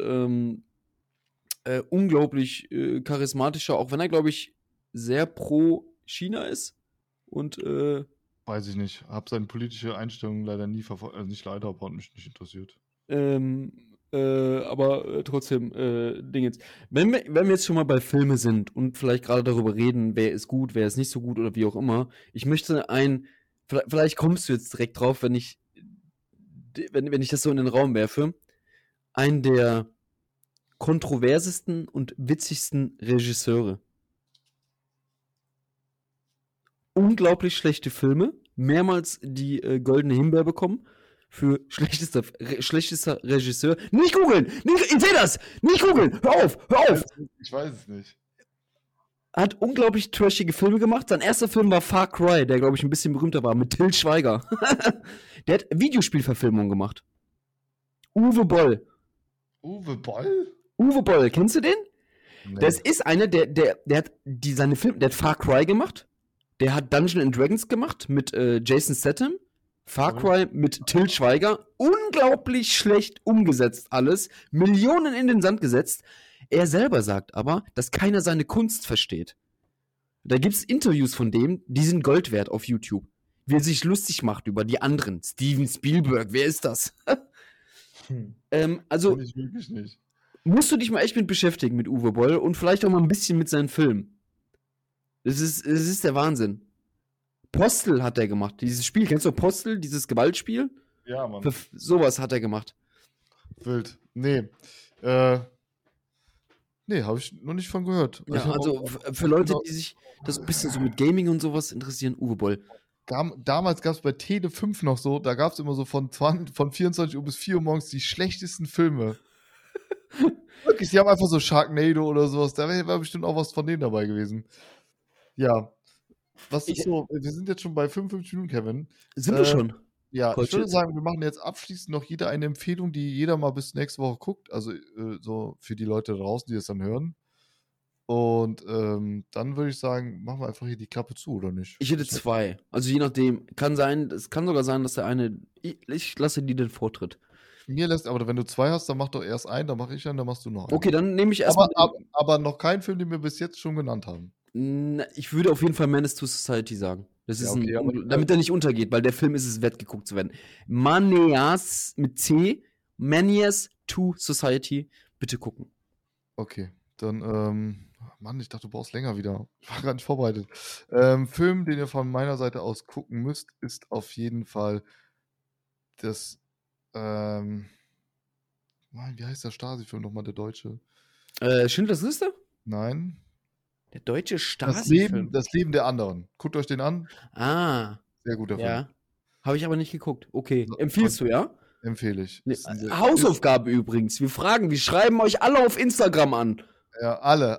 B: unglaublich charismatischer, auch wenn er, glaube ich, sehr pro China ist. Und
A: weiß ich nicht. Hab seine politische Einstellung leider nie verfolgt. Also nicht leider, aber hat mich nicht interessiert.
B: Aber trotzdem, Ding jetzt. Wenn wir jetzt schon mal bei Filme sind und vielleicht gerade darüber reden, wer ist gut, wer ist nicht so gut oder wie auch immer, ich möchte vielleicht kommst du jetzt direkt drauf, wenn ich das so in den Raum werfe, einen der kontroversesten und witzigsten Regisseure. Unglaublich schlechte Filme, mehrmals die goldene Himbeer bekommen für schlechtester Regisseur. Nicht googeln! Ich seh das! Nicht googeln! Hör auf!
A: Ich weiß es nicht.
B: Hat unglaublich trashige Filme gemacht. Sein erster Film war Far Cry, der, glaube ich, ein bisschen berühmter war, mit Til Schweiger. Der hat Videospielverfilmungen gemacht. Uwe Boll.
A: Uwe Boll?
B: Uwe Boll, kennst du den?
A: Nee.
B: Das ist einer, der hat seine Filme, der hat Far Cry gemacht. Der hat Dungeons and Dragons gemacht mit Jason Statham. Far Cry mit Til Schweiger. Unglaublich schlecht umgesetzt alles. Millionen in den Sand gesetzt. Er selber sagt aber, dass keiner seine Kunst versteht. Da gibt's Interviews von dem, die sind Gold wert auf YouTube. Wie er sich lustig macht über die anderen. Steven Spielberg, wer ist das? Also,
A: Ich wirklich nicht.
B: musst du dich mal echt mit beschäftigen mit Uwe Boll und vielleicht auch mal ein bisschen mit seinen Filmen. Es ist der Wahnsinn. Postel hat er gemacht. Dieses Spiel, kennst du Postel, dieses Gewaltspiel?
A: Ja, Mann.
B: Sowas hat er gemacht.
A: Wild. Nee. Nee, habe ich noch nicht von gehört.
B: Ja,
A: Ich hab
B: also
A: auch-
B: für Leute, die sich das ein bisschen so mit Gaming und sowas interessieren, Uwe Boll.
A: Damals gab es bei Tele 5 noch so, da gab es immer so von 24 Uhr bis 4 Uhr morgens die schlechtesten Filme. Wirklich, die haben einfach so Sharknado oder sowas, da wäre bestimmt auch was von denen dabei gewesen. Ja. Was ist so, wir sind jetzt schon bei 55 Minuten, Kevin.
B: Sind wir schon?
A: Ja,
B: Cool,
A: ich würde
B: shit.
A: sagen, wir machen jetzt abschließend noch jeder eine Empfehlung, die jeder mal bis nächste Woche guckt. Also so für die Leute draußen, die das dann hören. Und dann würde ich sagen, machen wir einfach hier die Klappe zu, oder nicht?
B: Ich hätte 2. Also je nachdem. Kann sein, es kann sogar sein, dass der eine. Ich lasse dir den Vortritt.
A: Mir lässt, aber wenn du 2 hast, dann mach doch erst einen, dann mache ich einen, dann machst du noch einen.
B: Okay, dann nehme ich erstmal.
A: Aber noch keinen Film, den wir bis jetzt schon genannt haben.
B: Ich würde auf jeden Fall Menace to Society sagen. Das
A: Ja,
B: ist
A: okay, aber-
B: damit er nicht untergeht, weil der Film ist es wert, geguckt zu werden. Maneas mit C, Manias to Society, bitte gucken.
A: Okay, dann, Mann, ich dachte, du brauchst länger wieder. Ich war gar nicht vorbereitet. Film, den ihr von meiner Seite aus gucken müsst, ist auf jeden Fall das, Mann, wie heißt der Stasi-Film nochmal, der deutsche?
B: Schindlers Liste?
A: Nein.
B: Der deutsche
A: Das
B: Stasi-Film.
A: Leben der anderen. Guckt euch den an.
B: Ah,
A: Sehr guter Film.
B: ja. Habe ich aber nicht geguckt. Okay.
A: So,
B: Empfiehlst du, ja?
A: Empfehle ich.
B: Nee,
A: Ist ein sehr-
B: Hausaufgabe übrigens. Wir schreiben euch alle auf Instagram an.
A: Ja, alle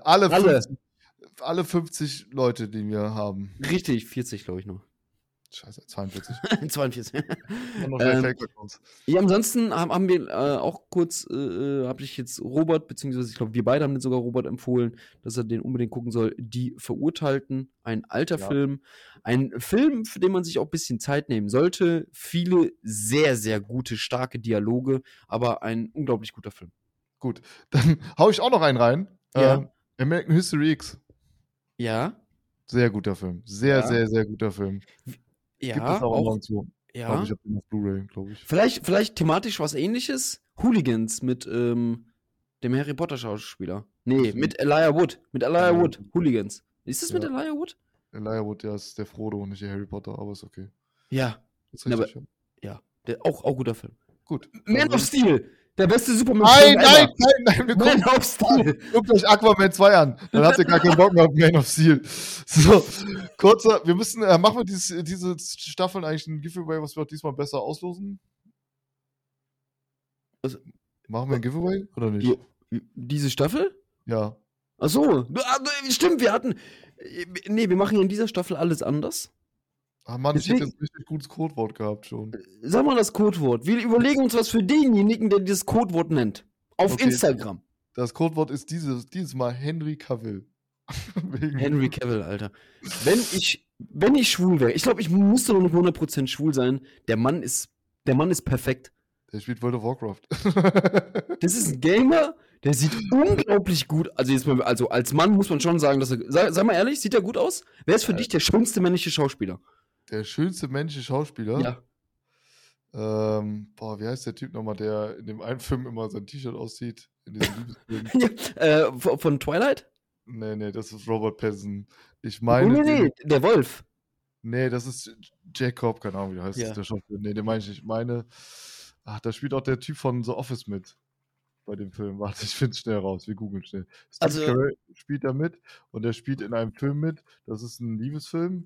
A: 50 Leute, die wir haben.
B: Richtig, 40, glaube ich noch.
A: Scheiße, 42.
B: 42.
A: Und noch mehr Fake-Accounts.
B: Ja, ansonsten haben wir auch kurz, habe ich jetzt Robert, beziehungsweise ich glaube, wir beide haben den sogar Robert empfohlen, dass er den unbedingt gucken soll. Die Verurteilten, ein alter
A: Ja.
B: Film. Ein Film, für den man sich auch ein bisschen Zeit nehmen sollte. Viele sehr, sehr gute, starke Dialoge, aber ein unglaublich guter Film.
A: Gut, dann hau ich auch noch einen rein.
B: Ja.
A: American History X.
B: Ja,
A: Sehr guter Film. Sehr,
B: Ja.
A: sehr, sehr guter Film.
B: ja,
A: Gibt es aber
B: auch,
A: auch zu.
B: ja.
A: Ich habe den auf Blu-ray, glaube ich.
B: Vielleicht thematisch was ähnliches. Hooligans mit dem Harry Potter Schauspieler. Nee, mit Elijah Wood.
A: Elijah
B: Wood.
A: Wood.
B: Hooligans. Ist das mit
A: Ja.
B: Elijah Wood?
A: Elijah Wood, ja, ist der Frodo und nicht der Harry Potter, aber ist okay.
B: Ja,
A: Ist
B: Ja,
A: richtig.
B: ja. Auch guter Film.
A: Gut.
B: Man of Steel. Der beste Superman.
A: Nein, wir
B: Man
A: gucken
B: of Steel.
A: guckt euch Aquaman 2 an. Dann habt ihr gar keinen Bock mehr auf Man of Steel. So, wir müssen, machen wir diese Staffeln eigentlich ein Giveaway, was wir auch diesmal besser auslosen?
B: Was?
A: Machen wir ein Giveaway oder nicht?
B: Ja. Diese Staffel?
A: Ja.
B: Ach so. Stimmt, wir hatten. Nee, wir machen ja in dieser Staffel alles anders.
A: Ah Mann, ich hätte
B: Deswegen-
A: jetzt ein richtig gutes Codewort gehabt schon.
B: Sag mal das Codewort. Wir überlegen uns was für denjenigen, der dieses Codewort nennt. Auf
A: Okay.
B: Instagram.
A: Das Codewort ist dieses Mal Henry Cavill. Wegen-
B: Henry Cavill, Alter. Wenn ich schwul wäre, ich glaube, ich musste noch nicht 100% schwul sein. Der Mann ist perfekt.
A: Der spielt World of Warcraft.
B: Das ist ein Gamer, der sieht unglaublich gut. Also als Mann muss man schon sagen, dass er. Sag mal ehrlich, sieht er gut aus? Wer ist für dich der schönste männliche Schauspieler?
A: Der schönste männliche Schauspieler.
B: Ja.
A: Wie heißt der Typ nochmal, der in dem einen Film immer sein T-Shirt auszieht? In diesem Liebesfilm?
B: Von Twilight?
A: Nee, das ist Robert Pattinson. Ich
B: Oh,
A: meine.
B: nee, der Wolf.
A: Nee, das ist Jacob, keine Ahnung, wie der heißt.
B: Ja.
A: Der Schauspieler. Nee, den meine ich nicht. Ich meine. Ach, da spielt auch der Typ von The Office mit. bei dem Film? Warte, ich finde es schnell raus. Wir googeln schnell. Steve
B: Also-
A: Carell spielt da mit und er spielt in einem Film mit. Das ist ein Liebesfilm.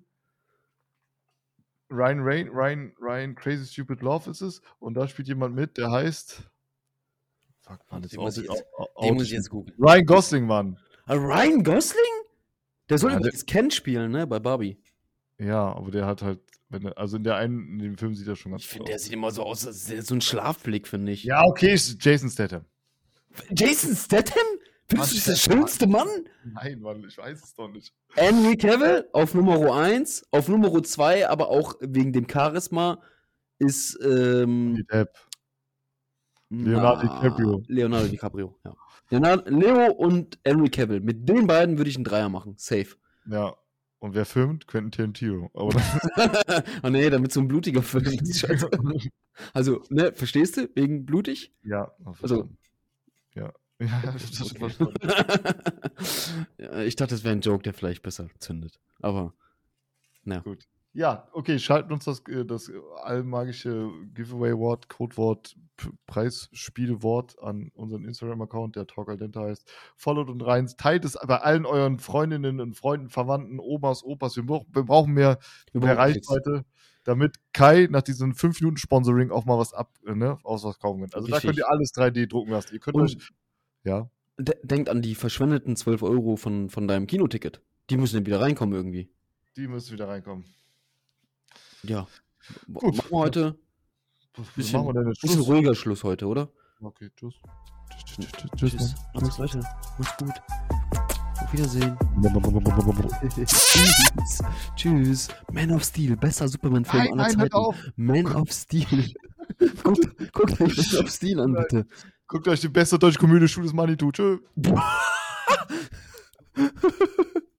A: Ryan Crazy Stupid Love ist es. Und da spielt jemand mit, der heißt. Fuck, Mann,
B: Den muss ich jetzt googeln.
A: Ryan Gosling, Mann.
B: Ryan Gosling? Der soll
A: Ja,
B: übrigens Ken spielen, ne? Bei Barbie.
A: Ja, aber der hat halt. Also in dem Film sieht er schon ganz
B: Ich finde,
A: gut
B: der
A: aus.
B: sieht immer so aus, als ist so ein Schlafblick, finde ich.
A: Ja, okay, ist Jason Statham.
B: Jason Statham? Findest du das der schönste Mann?
A: Nein, Mann, ich weiß es doch nicht.
B: Henry Cavill auf Nummer 1, auf Nummer 2, aber auch wegen dem Charisma ist
A: Die Depp. Leonardo DiCaprio.
B: Leonardo DiCaprio, ja. Leo und Henry Cavill. Mit den beiden würde ich einen Dreier machen. Safe.
A: Ja. Und wer filmt? Quentin Tarantino. Aber das
B: Oh nee, damit so ein blutiger Film. Das ist scheiße. Also, ne, verstehst du? Wegen blutig?
A: ja,
B: Also-
A: ja. Ja, das ist schon verstanden.
B: Ja, ich dachte, das wäre ein Joke, der vielleicht besser zündet. Aber, na.
A: Gut. Ja, okay, schalten uns das allmagische Giveaway-Wort, Codewort, Preisspielewort an unseren Instagram-Account, der Talk Al Dente heißt. Followt und rein, teilt es bei allen euren Freundinnen und Freunden, Verwandten, Omas, Opas. Wir brauchen mehr Reichweite, damit Kai nach diesen 5 Minuten Sponsoring auch mal was aus was kaufen kann. Also da
B: Richtig.
A: könnt ihr alles 3D drucken lassen. Ihr könnt
B: Und-
A: euch, ja,
B: Denkt an die verschwendeten 12 Euro von deinem Kinoticket. Die müssen dann wieder reinkommen irgendwie.
A: die müssen wieder reinkommen.
B: Ja.
A: Gut.
B: Machen wir heute
A: Was machen wir denn jetzt?
B: bisschen ruhiger Schluss heute, oder?
A: Okay, tschüss.
B: Tschüss. Macht's Leute. Macht's gut. Auf Wiedersehen. Tschüss. Man of Steel. Bester Superman-Film aller
A: Nein, hört
B: Zeiten.
A: auf.
B: Man of Steel. guckt euch Man of Steel an, bitte.
A: Guckt euch die beste deutsche Komödie Schuh des Manitou. Tschö.